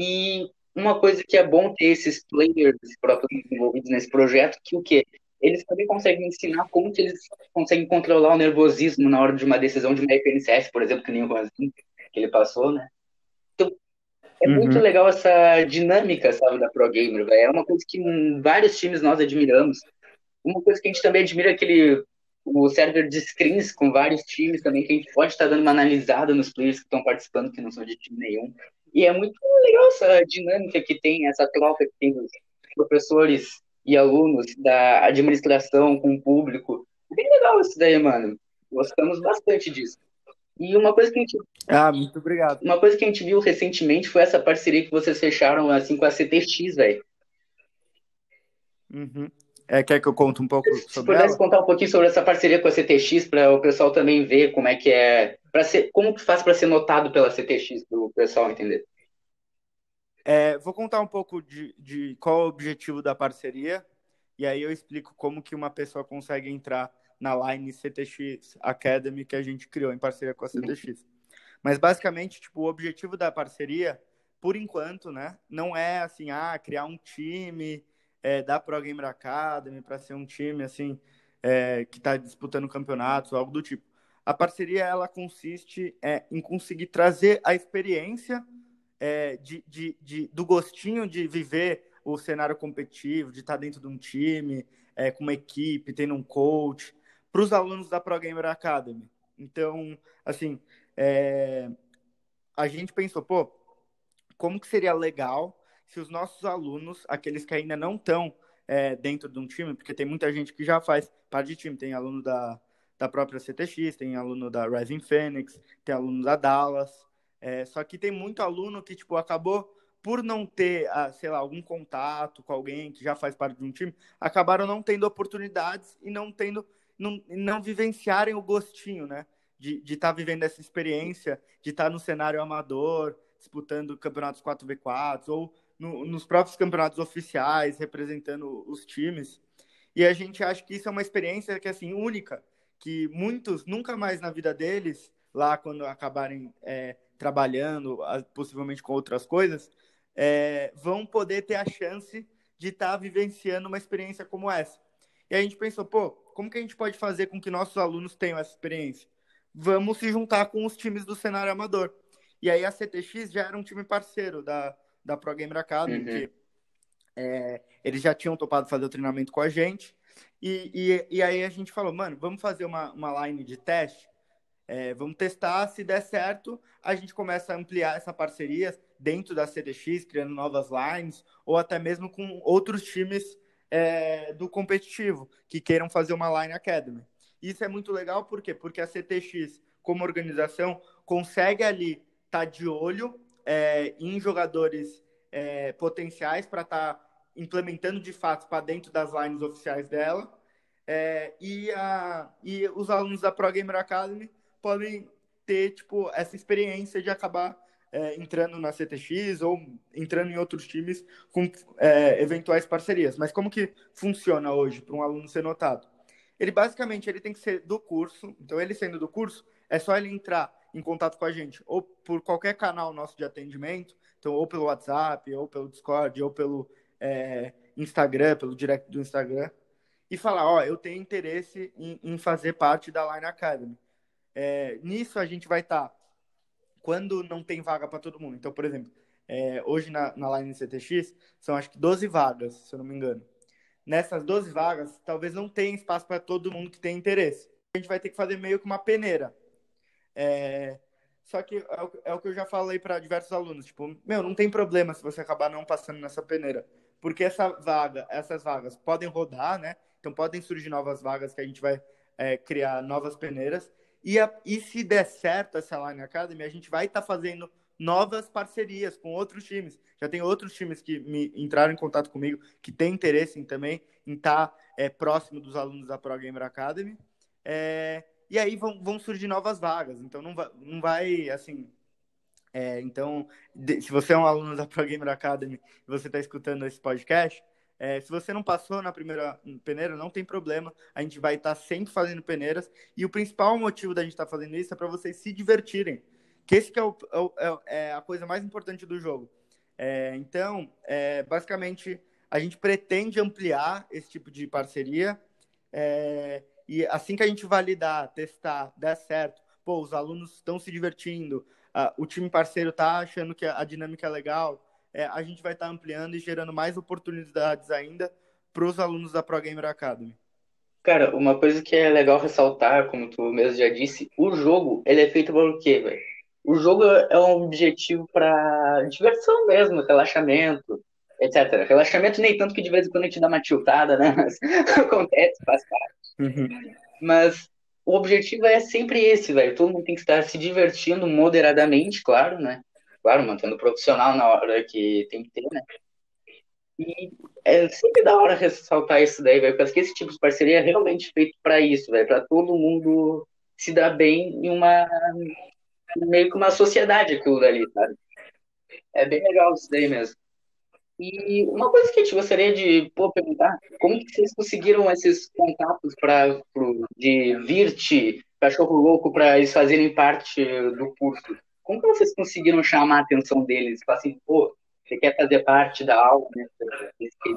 Speaker 1: E uma coisa que é bom ter esses players próprios envolvidos nesse projeto, que o quê? Eles também conseguem ensinar como que eles conseguem controlar o nervosismo na hora de uma decisão de uma F N C S, por exemplo, que nem o Juanzinho, que ele passou, né? Então, é muito
Speaker 3: Uhum.
Speaker 1: legal essa dinâmica, sabe, da Pro Gamer, velho. É uma coisa que em vários times nós admiramos. Uma coisa que a gente também admira é aquele o server de screens com vários times também, que a gente pode estar dando uma analisada nos players que estão participando, que não são de time nenhum. E é muito legal essa dinâmica que tem, essa troca que tem dos professores e alunos, da administração com o público. É bem legal isso daí, mano. Gostamos bastante disso. E uma coisa que a gente,
Speaker 3: Ah, muito obrigado.
Speaker 1: uma coisa que a gente viu recentemente foi essa parceria que vocês fecharam assim com a C T X, velho.
Speaker 3: Uhum. É, quer que eu conte um pouco
Speaker 1: Se
Speaker 3: sobre
Speaker 1: pudesse
Speaker 3: ela?
Speaker 1: contar um pouquinho sobre essa parceria com a C T X para o pessoal também ver como é que é, para ser, como que faz para ser notado pela C T X para o pessoal entender.
Speaker 3: É, vou contar um pouco de, de qual é o objetivo da parceria e aí eu explico como que uma pessoa consegue entrar na Line C T X Academy que a gente criou em parceria com a C T X. Mas basicamente, tipo, o objetivo da parceria, por enquanto, né, não é assim, ah, criar um time é, da Pro Gamer Academy para ser um time assim é, que está disputando campeonatos ou algo do tipo. A parceria ela consiste é, em conseguir trazer a experiência é, de, de, de, do gostinho de viver o cenário competitivo, de estar dentro de um time, é, com uma equipe, tendo um coach, para os alunos da Pro Gamer Academy. Então, assim, é, a gente pensou, pô, como que seria legal se os nossos alunos, aqueles que ainda não estão é, dentro de um time, porque tem muita gente que já faz parte de time, tem aluno da, da própria C T X, tem aluno da Rising Phoenix, tem aluno da Dallas, é, só que tem muito aluno que, tipo, acabou por não ter, ah, sei lá, algum contato com alguém que já faz parte de um time, acabaram não tendo oportunidades e não tendo, não, não vivenciarem o gostinho, né? De estar tá vivendo essa experiência, de estar tá no cenário amador, disputando campeonatos quatro por quatro, ou no, nos próprios campeonatos oficiais, representando os times. E a gente acha que isso é uma experiência que, assim, única, que muitos, nunca mais na vida deles, lá quando acabarem é, trabalhando, possivelmente com outras coisas, é, vão poder ter a chance de estar tá vivenciando uma experiência como essa. E a gente pensou, pô, como que a gente pode fazer com que nossos alunos tenham essa experiência? Vamos se juntar com os times do cenário amador. E aí a C T X já era um time parceiro da, da Pro Gamer Academy, uhum. que é, eles já tinham topado fazer o treinamento com a gente. E, e, e aí a gente falou, mano, vamos fazer uma, uma line de teste, é, vamos testar, se der certo, a gente começa a ampliar essa parceria dentro da C T X, criando novas lines, ou até mesmo com outros times é, do competitivo, que queiram fazer uma line academy. Isso é muito legal, por quê? Porque a C T X, como organização, consegue ali estar tá de olho é, em jogadores é, potenciais para estar tá implementando de fato para dentro das lines oficiais dela. É, e, a, e os alunos da Pro Gamer Academy podem ter tipo, essa experiência de acabar é, entrando na C T X ou entrando em outros times com é, eventuais parcerias. Mas como que funciona hoje para um aluno ser notado? Ele basicamente ele tem que ser do curso, então ele sendo do curso, é só ele entrar em contato com a gente, ou por qualquer canal nosso de atendimento, então ou pelo WhatsApp, ou pelo Discord, ou pelo é, Instagram, pelo direct do Instagram, e falar, ó, eu tenho interesse em, em fazer parte da Line Academy. É, nisso a gente vai estar, tá, quando não tem vaga para todo mundo, então, por exemplo, é, hoje na, na Line C T X, são acho que doze vagas, se eu não me engano. Nessas doze vagas, talvez não tenha espaço para todo mundo que tem interesse. A gente vai ter que fazer meio que uma peneira. É... Só que é o, é o que eu já falei para diversos alunos. Tipo, meu, não tem problema se você acabar não passando nessa peneira. Porque essa vaga, essas vagas podem rodar, né? Então podem surgir novas vagas que a gente vai é, criar novas peneiras. E, a, e se der certo essa Line Academy, a gente vai estar tá fazendo novas parcerias com outros times. Já tem outros times que me entraram em contato comigo, que têm interesse em, também em estar tá, é, próximo dos alunos da Pro Gamer Academy. É, e aí vão, vão surgir novas vagas. Então, não vai, não vai assim... É, então, de, se você é um aluno da Pro Gamer Academy e você está escutando esse podcast, é, se você não passou na primeira peneira, não tem problema. A gente vai estar tá sempre fazendo peneiras. E o principal motivo da gente estar tá fazendo isso é para vocês se divertirem. Que esse que é, o, é, é a coisa mais importante do jogo. É, então, é, basicamente, a gente pretende ampliar esse tipo de parceria. É, e assim que a gente validar, testar, der certo, pô, os alunos estão se divertindo, a, o time parceiro está achando que a, a dinâmica é legal, é, a gente vai estar tá ampliando e gerando mais oportunidades ainda para os alunos da Pro Gamer Academy.
Speaker 1: Cara, uma coisa que é legal ressaltar, como tu mesmo já disse, o jogo, ele é feito para o quê, velho? O jogo é um objetivo para diversão mesmo, relaxamento, etcétera. Relaxamento nem tanto que de vez em quando a gente dá uma tiltada, né? Mas acontece, faz parte.
Speaker 3: Uhum.
Speaker 1: Mas o objetivo é sempre esse, velho. Todo mundo tem que estar se divertindo moderadamente, claro, né? Claro, mantendo o profissional na hora que tem que ter, né? E é sempre da hora ressaltar isso daí, velho, porque esse tipo de parceria é realmente feito para isso, velho, para todo mundo se dar bem em uma meio que uma sociedade aquilo dali, sabe? É bem legal isso daí mesmo. E uma coisa que a gente gostaria de pô, perguntar, como que vocês conseguiram esses contatos para de Virt, Cachorro Louco, para eles fazerem parte do curso? Como que vocês conseguiram chamar a atenção deles? Falar assim, pô, você quer fazer parte da aula, né?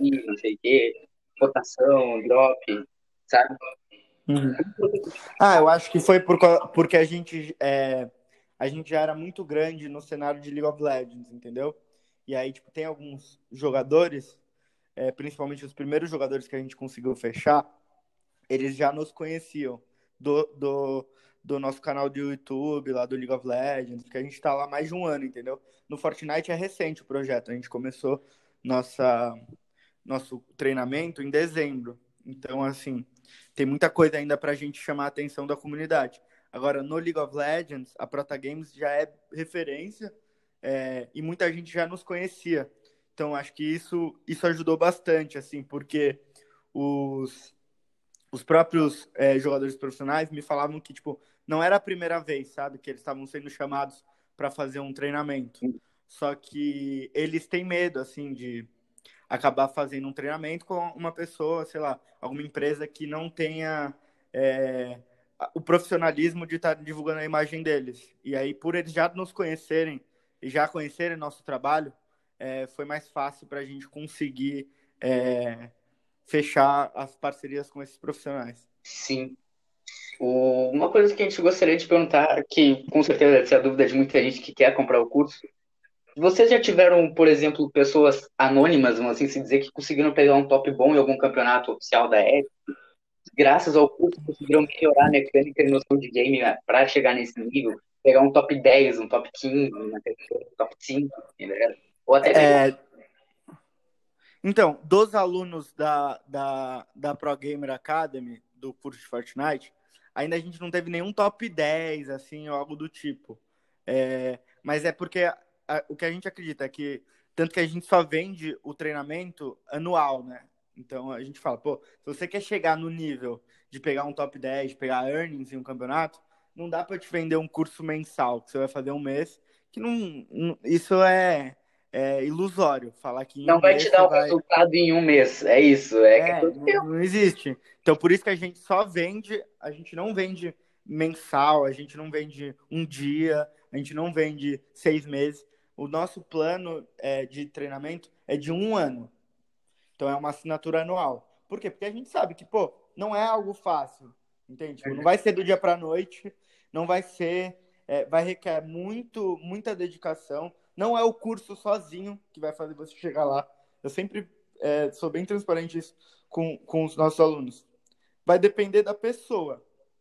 Speaker 1: aqui, não sei o quê, rotação, drop, sabe?
Speaker 3: Uhum. Ah, eu acho que foi por, co- porque a gente, é, a gente já era muito grande no cenário de League of Legends, entendeu? E aí, tipo, tem alguns jogadores, é, principalmente os primeiros jogadores que a gente conseguiu fechar, eles já nos conheciam do, do, do nosso canal do YouTube, lá do League of Legends, porque a gente tá lá há mais de um ano, entendeu? No Fortnite é recente o projeto, a gente começou nossa, nosso treinamento em dezembro. Então, assim, tem muita coisa ainda pra gente chamar a atenção da comunidade. Agora, no League of Legends, a Prota Games já é referência, é, e muita gente já nos conhecia. Então, acho que isso, isso ajudou bastante, assim, porque os, os próprios é, jogadores profissionais me falavam que, tipo, não era a primeira vez, sabe, que eles estavam sendo chamados para fazer um treinamento. Só que eles têm medo, assim, de acabar fazendo um treinamento com uma pessoa, sei lá, alguma empresa que não tenha é, o profissionalismo de estar divulgando a imagem deles. E aí, por eles já nos conhecerem e já conhecerem nosso trabalho, é, foi mais fácil para a gente conseguir é, fechar as parcerias com esses profissionais.
Speaker 1: Sim. O- Uma coisa que a gente gostaria de perguntar, que com certeza deve ser a dúvida de muita gente que quer comprar o curso, vocês já tiveram, por exemplo, pessoas anônimas, vamos assim se dizer, que conseguiram pegar um top bom em algum campeonato oficial da Epic, graças ao curso conseguiram melhorar a mecânica e noção de game para chegar nesse nível, pegar um top dez, um top quinze, uma terceira, um top cinco, entendeu? Ou até melhor.
Speaker 3: É, então, dos alunos da, da, da Pro Gamer Academy, do curso de Fortnite, ainda a gente não teve nenhum top dez, assim, ou algo do tipo. É, mas é porque a, a, o que a gente acredita é que, tanto que a gente só vende o treinamento anual, né? Então a gente fala, pô, se você quer chegar no nível de pegar um top dez, de pegar earnings em um campeonato, não dá para te vender um curso mensal, que você vai fazer um mês, que não, não isso é é ilusório falar que em um
Speaker 1: Não vai te
Speaker 3: mês você
Speaker 1: dar o
Speaker 3: vai.
Speaker 1: resultado em um mês, é isso, é
Speaker 3: É,
Speaker 1: questão de
Speaker 3: não,
Speaker 1: tempo.
Speaker 3: não existe. Então, por isso que a gente só vende, a gente não vende mensal, a gente não vende um dia, a gente não vende seis meses. O nosso plano é, de treinamento é de um ano. Então, é uma assinatura anual. Por quê? Porque a gente sabe que, pô, não é algo fácil, entende? Tipo, não vai ser do dia para a noite, não vai ser, é, vai requerer muito, muita dedicação. Não é o curso sozinho que vai fazer você chegar lá. Eu sempre é, sou bem transparente isso com, com os nossos alunos. Vai depender da pessoa.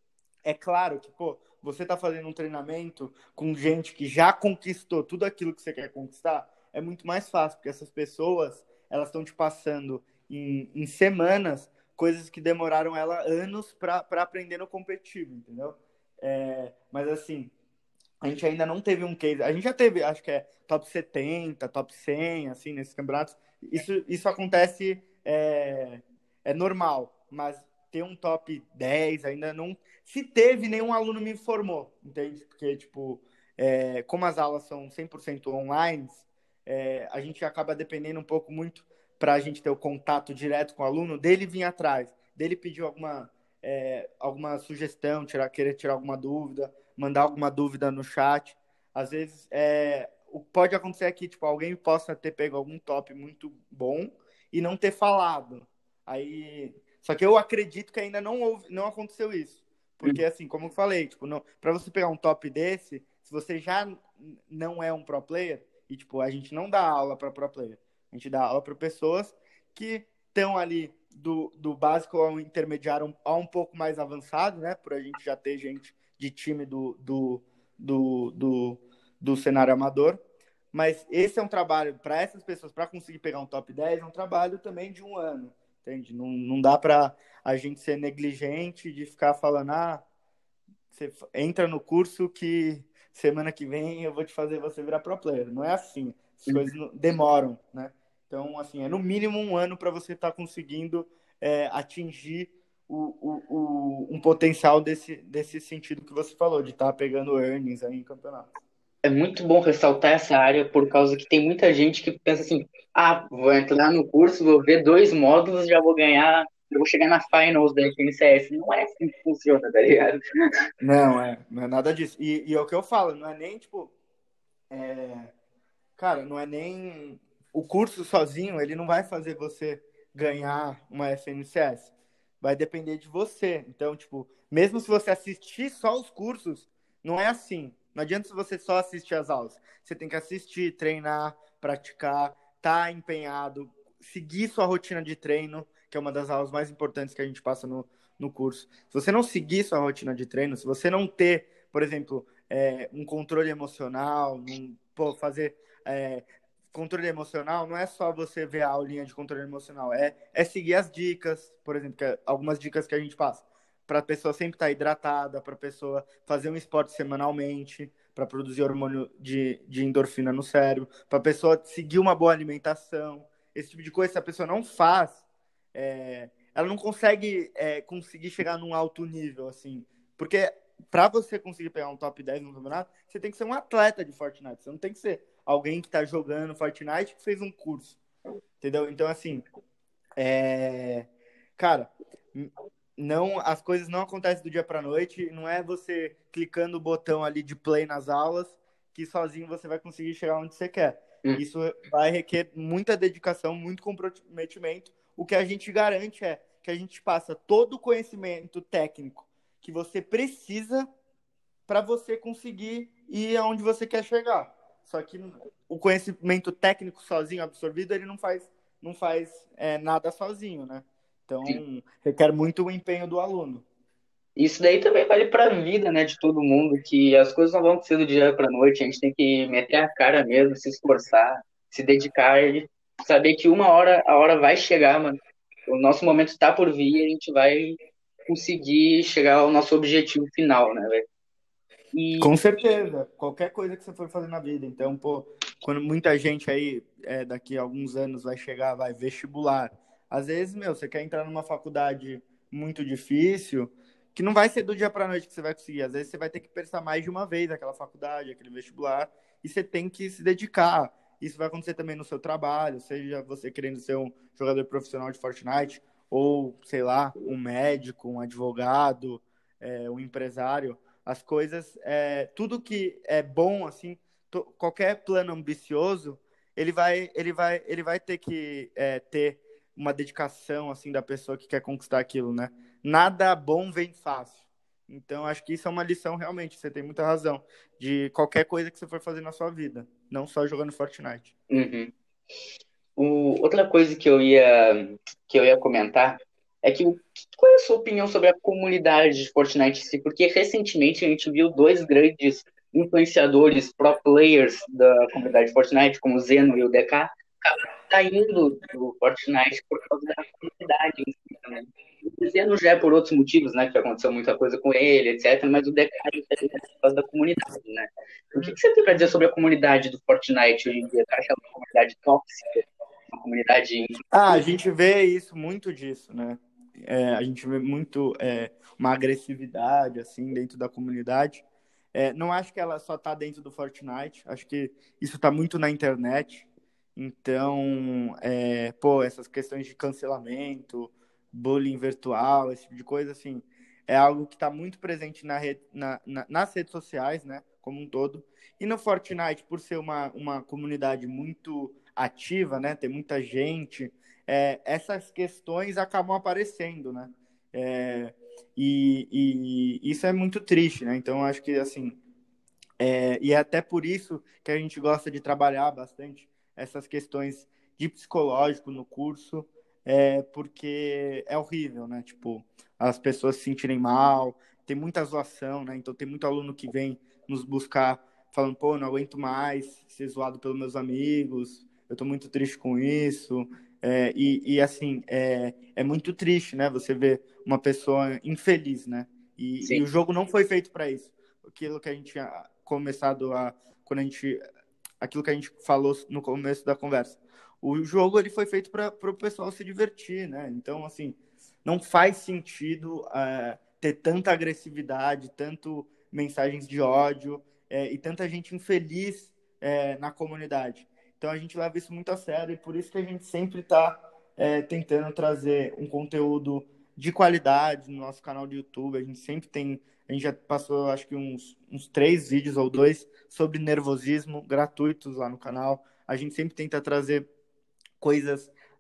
Speaker 3: É claro que, pô, você está fazendo um treinamento com gente que já conquistou tudo aquilo que você quer conquistar, é muito mais fácil, porque essas pessoas, elas estão te passando em, em semanas coisas que demoraram ela anos para aprender no competitivo, entendeu? É, mas assim, a gente ainda não teve um case. A gente já teve, acho que é top setenta, top cem, assim, nesses campeonatos. Isso, isso acontece, é, é normal, mas ter um top dez ainda não. Se teve, nenhum aluno me informou, entende? Porque, tipo, é, como as aulas são cem por cento online, é, a gente acaba dependendo um pouco muito para a gente ter o contato direto com o aluno, dele vir atrás, dele pedir alguma, é, alguma sugestão, tirar, querer tirar alguma dúvida, mandar alguma dúvida no chat. Às vezes, é, o que pode acontecer é que tipo, alguém possa ter pego algum top muito bom e não ter falado. Aí, só que eu acredito que ainda não houve, não aconteceu isso. Porque, assim, como eu falei, tipo, para você pegar um top desse, se você já não é um pro player, e, tipo, a gente não dá aula para pro player, a gente dá aula para pessoas que estão ali do, do básico ao intermediário a um pouco mais avançado, né? Por a gente já ter gente de time do, do, do, do, do cenário amador. Mas esse é um trabalho, para essas pessoas, para conseguir pegar um top dez, é um trabalho também de um ano, entende? Não, não dá para a gente ser negligente de ficar falando, ah, você entra no curso que semana que vem eu vou te fazer você virar pro player. Não é assim. As coisas demoram, né? Então, assim, é no mínimo um ano para você estar tá conseguindo é, atingir o, o, o, um potencial desse, desse sentido que você falou, de estar tá pegando earnings aí em campeonato.
Speaker 1: É muito bom ressaltar essa área por causa que tem muita gente que pensa assim, ah, vou entrar no curso, vou ver dois módulos, já vou ganhar, eu vou chegar na finals da F N C S. Não é assim que funciona, tá ligado?
Speaker 3: Não, é, não é nada disso. E, e é o que eu falo, não é nem, tipo, é, cara, não é nem o curso sozinho, ele não vai fazer você ganhar uma F N C S? Vai depender de você. Então, tipo, mesmo se você assistir só os cursos, não é assim. Não adianta se você só assistir as aulas. Você tem que assistir, treinar, praticar, tá empenhado, seguir sua rotina de treino, que é uma das aulas mais importantes que a gente passa no, no curso. Se você não seguir sua rotina de treino, se você não ter, por exemplo, é, um controle emocional, um, pô, fazer é, controle emocional, não é só você ver a aulinha de controle emocional, é, é seguir as dicas, por exemplo, que é algumas dicas que a gente passa, para a pessoa sempre estar hidratada, para a pessoa fazer um esporte semanalmente, para produzir hormônio de, de endorfina no cérebro, para a pessoa seguir uma boa alimentação, esse tipo de coisa, se a pessoa não faz, é, ela não consegue é, conseguir chegar num alto nível, assim, porque para você conseguir pegar um top dez no campeonato, você tem que ser um atleta de Fortnite, você não tem que ser alguém que está jogando Fortnite que fez um curso, entendeu? Então, assim, é... cara, não, as coisas não acontecem do dia para noite, não é você clicando o botão ali de play nas aulas que sozinho você vai conseguir chegar onde você quer.
Speaker 1: Hum.
Speaker 3: Isso vai requerer muita dedicação, muito comprometimento. O que a gente garante é que a gente passa todo o conhecimento técnico que você precisa para você conseguir ir aonde você quer chegar. Só que o conhecimento técnico sozinho, absorvido, ele não faz, não faz é, nada sozinho, né? Então,
Speaker 1: Sim.
Speaker 3: requer muito o empenho do aluno.
Speaker 1: Isso daí também vale para a vida, né, de todo mundo, que as coisas não vão acontecer do dia para noite, a gente tem que meter a cara mesmo, se esforçar, se dedicar e saber que uma hora, a hora vai chegar, mano. O nosso momento está por vir e a gente vai conseguir chegar ao nosso objetivo final, né, velho? E
Speaker 3: Com certeza, qualquer coisa que você for fazer na vida. Então, pô, quando muita gente aí, é, daqui a alguns anos, vai chegar, vai vestibular. Às vezes, meu, você quer entrar numa faculdade muito difícil, que não vai ser do dia para noite que você vai conseguir. Às vezes você vai ter que prestar mais de uma vez aquela faculdade, aquele vestibular, e você tem que se dedicar. Isso vai acontecer também no seu trabalho, seja você querendo ser um jogador profissional de Fortnite, ou, sei lá, um médico, um advogado, é, um empresário. As coisas, é, tudo que é bom, assim, to, qualquer plano ambicioso, ele vai, ele vai, ele vai ter que é, ter uma dedicação, assim, da pessoa que quer conquistar aquilo, né? Nada bom vem fácil. Então, acho que isso é uma lição, realmente, você tem muita razão, de qualquer coisa que você for fazer na sua vida, não só jogando Fortnite.
Speaker 1: uhum. O, outra coisa que eu ia que eu ia comentar é que o, qual é a sua opinião sobre a comunidade de Fortnite em si? Porque recentemente a gente viu dois grandes influenciadores, pro players da comunidade de Fortnite, como o Zeno e o D K, saindo do Fortnite por causa da comunidade em si também. O Zeno já é por outros motivos, né? Que aconteceu muita coisa com ele, etcétera. Mas o D K é por causa da comunidade, né? O que, que você tem para dizer sobre a comunidade do Fortnite hoje em dia? Você acha ela uma comunidade tóxica? Uma comunidade.
Speaker 3: Ah, a gente vê isso, muito disso, né? É, a gente vê muito é, uma agressividade, assim, dentro da comunidade. É, não acho que ela só está dentro do Fortnite, acho que isso está muito na internet. Então, é, pô, essas questões de cancelamento, bullying virtual, esse tipo de coisa, assim, é algo que está muito presente na rede, na, na, nas redes sociais, né, como um todo. E no Fortnite, por ser uma, uma comunidade muito ativa, né, tem muita gente, é, essas questões acabam aparecendo, né? É, e, e isso é muito triste, né? Então, acho que, assim, é, e é até por isso que a gente gosta de trabalhar bastante essas questões de psicológico no curso, é, porque é horrível, né? Tipo, as pessoas se sentirem mal, tem muita zoação, né? Então tem muito aluno que vem nos buscar falando, pô, não aguento mais ser zoado pelos meus amigos, eu tô muito triste com isso. É, e, e, assim, é, é muito triste, né? Você ver uma pessoa infeliz, né? E,
Speaker 1: Sim.
Speaker 3: e o jogo não foi feito para isso. Aquilo que a gente tinha começado a quando a gente aquilo que a gente falou no começo da conversa. O jogo ele foi feito para o pessoal se divertir, né? Então assim, não faz sentido é, ter tanta agressividade, tanto mensagens de ódio é, e tanta gente infeliz é, na comunidade. Então a gente leva isso muito a sério e por isso que a gente sempre está é, tentando trazer um conteúdo de qualidade no nosso canal do YouTube. A gente sempre tem a gente já passou, acho que uns, uns três vídeos ou dois sobre nervosismo gratuitos lá no canal. A gente sempre tenta trazer coisas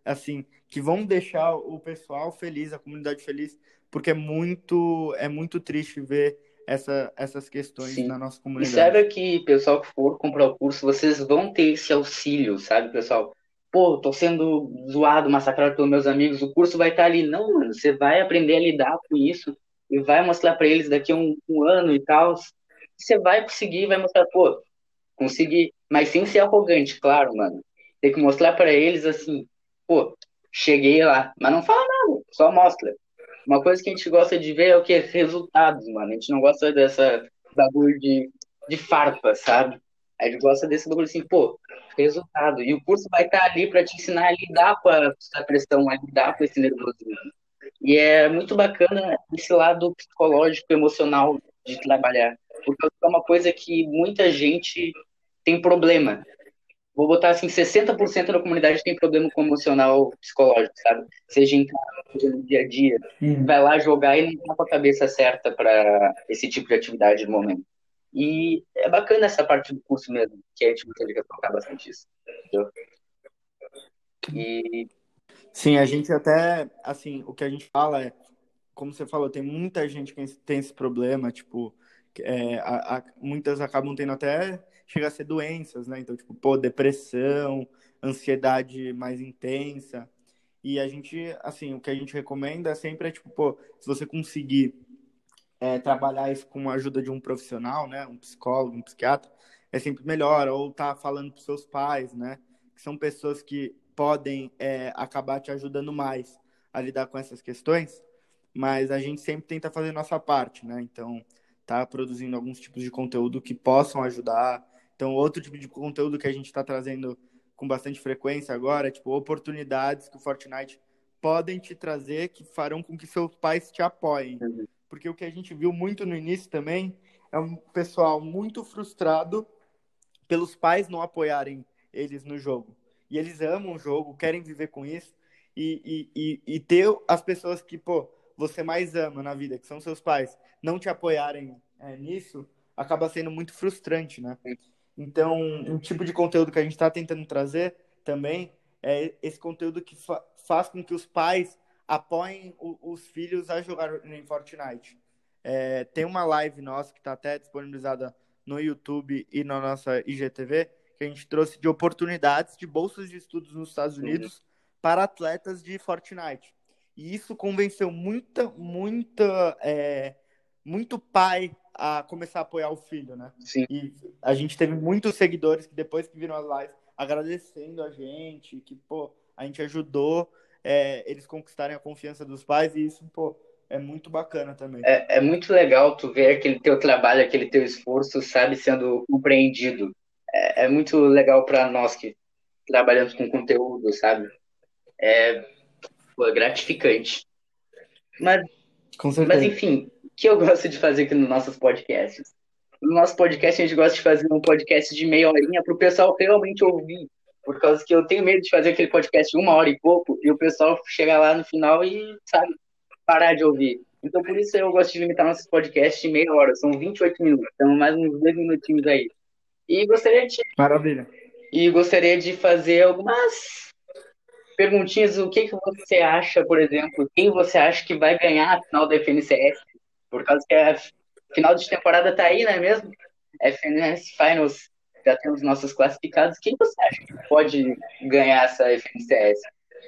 Speaker 3: assim, que vão deixar o pessoal feliz, a comunidade feliz, porque é muito, é muito triste ver essa, essas questões
Speaker 1: Sim.
Speaker 3: na nossa
Speaker 1: E saiba
Speaker 3: comunidade.
Speaker 1: que, pessoal que for comprar o curso, vocês vão ter esse auxílio, sabe, pessoal? Pô, tô sendo zoado, massacrado pelos meus amigos, o curso vai estar ali. Não, mano, você vai aprender a lidar com isso e vai mostrar pra eles daqui a um, um ano e tal. Você vai conseguir, vai mostrar, pô, consegui, mas sem ser arrogante, claro, mano. Tem que mostrar pra eles assim, pô, cheguei lá, mas não fala nada, só mostra. Uma coisa que a gente gosta de ver é o que? Resultados, mano. A gente não gosta dessa bagulho de, de farpa, sabe? A gente gosta desse bagulho assim, pô, resultado. E o curso vai estar ali para te ensinar a lidar com a, a pressão, a lidar com esse nervosismo. E é muito bacana esse lado psicológico, emocional de trabalhar. Porque é uma coisa que muita gente tem problema. Vou botar assim, sessenta por cento da comunidade tem problema com emocional psicológico, sabe? Seja em casa, seja no dia a dia.
Speaker 3: Hum.
Speaker 1: Vai lá jogar e não tá com a cabeça certa para esse tipo de atividade no momento. E é bacana essa parte do curso mesmo, que a gente gostaria de ressaltar bastante isso. Entendeu? E
Speaker 3: Sim, a gente até, assim, o que a gente fala é, como você falou, tem muita gente que tem esse problema, tipo, é, a, a, muitas acabam tendo até, chega a ser doenças, né? Então, tipo, pô, depressão, ansiedade mais intensa. E a gente, assim, o que a gente recomenda sempre é, tipo, pô, se você conseguir é, trabalhar isso com a ajuda de um profissional, né? Um psicólogo, um psiquiatra, é sempre melhor. Ou tá falando para seus pais, né? Que são pessoas que podem é, acabar te ajudando mais a lidar com essas questões, mas a gente sempre tenta fazer nossa parte, né? Então, tá produzindo alguns tipos de conteúdo que possam ajudar. Então, outro tipo de conteúdo que a gente está trazendo com bastante frequência agora é, tipo, oportunidades que o Fortnite podem te trazer que farão com que seus pais te apoiem. Porque o que a gente viu muito no início também é um pessoal muito frustrado pelos pais não apoiarem eles no jogo. E eles amam o jogo, querem viver com isso. E, e, e, e ter as pessoas que, pô, você mais ama na vida, que são seus pais, não te apoiarem é, nisso, acaba sendo muito frustrante, né? Então, um tipo de conteúdo que a gente está tentando trazer também é esse conteúdo que fa faz com que os pais apoiem o, os filhos a jogar em Fortnite. É, tem uma live nossa que está até disponibilizada no YouTube e na nossa I G T V, que a gente trouxe de oportunidades de bolsas de estudos nos Estados Unidos para atletas de Fortnite. E isso convenceu muita, muita, é, muito pai a começar a apoiar o filho, né?
Speaker 1: sim.
Speaker 3: E a gente teve muitos seguidores que depois que viram as lives agradecendo a gente, que, pô, a gente ajudou é, eles conquistarem a confiança dos pais e isso, pô, é muito bacana também.
Speaker 1: É, é muito legal tu ver aquele teu trabalho, aquele teu esforço, sabe, sendo compreendido. É, é muito legal para nós que trabalhamos com conteúdo, sabe? Pô, é gratificante. Mas,
Speaker 3: Com
Speaker 1: mas,
Speaker 3: certeza.
Speaker 1: enfim, o que eu gosto de fazer aqui nos nossos podcasts? No nosso podcast, a gente gosta de fazer um podcast de meia horinha para o pessoal realmente ouvir. Por causa que eu tenho medo de fazer aquele podcast de uma hora e pouco e o pessoal chegar lá no final e, sabe, parar de ouvir. Então, por isso eu gosto de limitar nossos podcasts de meia hora. São vinte e oito minutos. Então, mais uns dois minutinhos aí. E gostaria de,
Speaker 3: Maravilha.
Speaker 1: e gostaria de fazer algumas perguntinhas. O que, que você acha, por exemplo, quem você acha que vai ganhar a final da F N C S? Por causa que a final de temporada tá aí, não é mesmo? F N S Finals, já temos nossos classificados. Quem você acha que pode ganhar essa F N C S?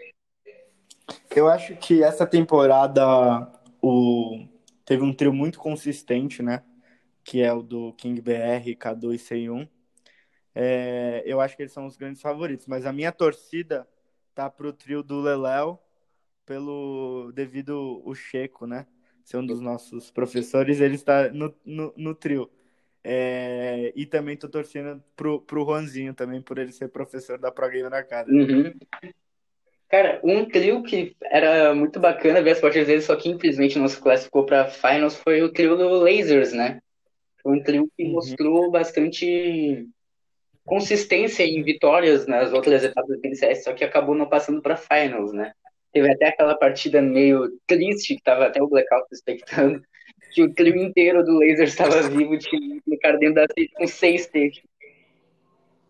Speaker 3: Eu acho que essa temporada o... teve um trio muito consistente, né? Que é o do King B R, Cadu e C um. É... Eu acho que eles são os grandes favoritos, mas a minha torcida tá pro trio do Leléo, pelo devido o Checo, né? Ser um dos nossos professores, ele está no, no, no trio. É... E também tô torcendo pro, pro Juanzinho também, por ele ser professor da Pro Gamer Academy.
Speaker 1: Uhum. Cara, um trio que era muito bacana ver as partidas deles, só que infelizmente não se classificou para Finals, foi o trio do Lasers, né? Foi um trio que
Speaker 3: Uhum.
Speaker 1: mostrou bastante consistência em vitórias nas outras etapas do P N C S, só que acabou não passando para Finals, né? Teve até aquela partida meio triste, que tava até o Blackout expectando, que o trio inteiro do Lasers estava vivo, tinha um cara dentro da stage com seis T.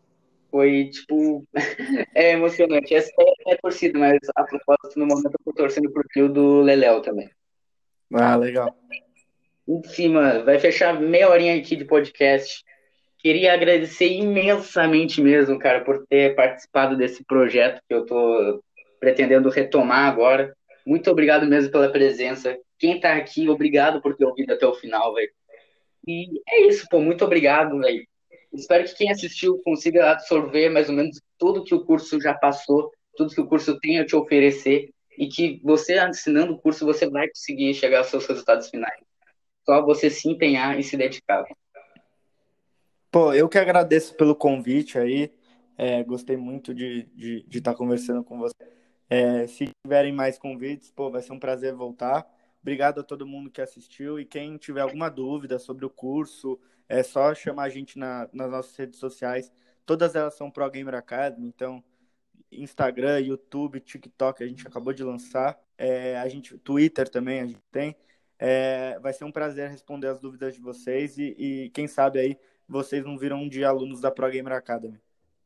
Speaker 1: Foi, tipo, é emocionante. Essa é a torcida, mas a propósito, no momento eu tô torcendo pro trio do Leléo também.
Speaker 3: Ah, legal.
Speaker 1: Enfim, mano, vai fechar meia horinha aqui de podcast. Queria agradecer imensamente mesmo, cara, por ter participado desse projeto que eu tô pretendendo retomar agora. Muito obrigado mesmo pela presença. Quem tá aqui, obrigado por ter ouvido até o final, velho. E é isso, pô, muito obrigado, velho. Espero que quem assistiu consiga absorver mais ou menos tudo que o curso já passou, tudo que o curso tem a te oferecer, e que você, assinando o curso, você vai conseguir chegar aos seus resultados finais. Só você se empenhar e se dedicar.
Speaker 3: Pô, eu que agradeço pelo convite aí. É, gostei muito de estar de, de estar conversando com você. É, se tiverem mais convites, pô, vai ser um prazer voltar. Obrigado a todo mundo que assistiu. E quem tiver alguma dúvida sobre o curso, é só chamar a gente na, nas nossas redes sociais. Todas elas são Pro Gamer Academy, então Instagram, YouTube, TikTok, a gente acabou de lançar. É, a gente, Twitter também a gente tem. É, vai ser um prazer responder as dúvidas de vocês e, e quem sabe aí vocês não viram um dia alunos da Pro Gamer Academy.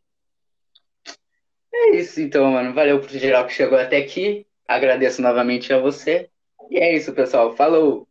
Speaker 1: É isso então, mano. Valeu pro geral que chegou até aqui. Agradeço novamente a você. E é isso, pessoal. Falou!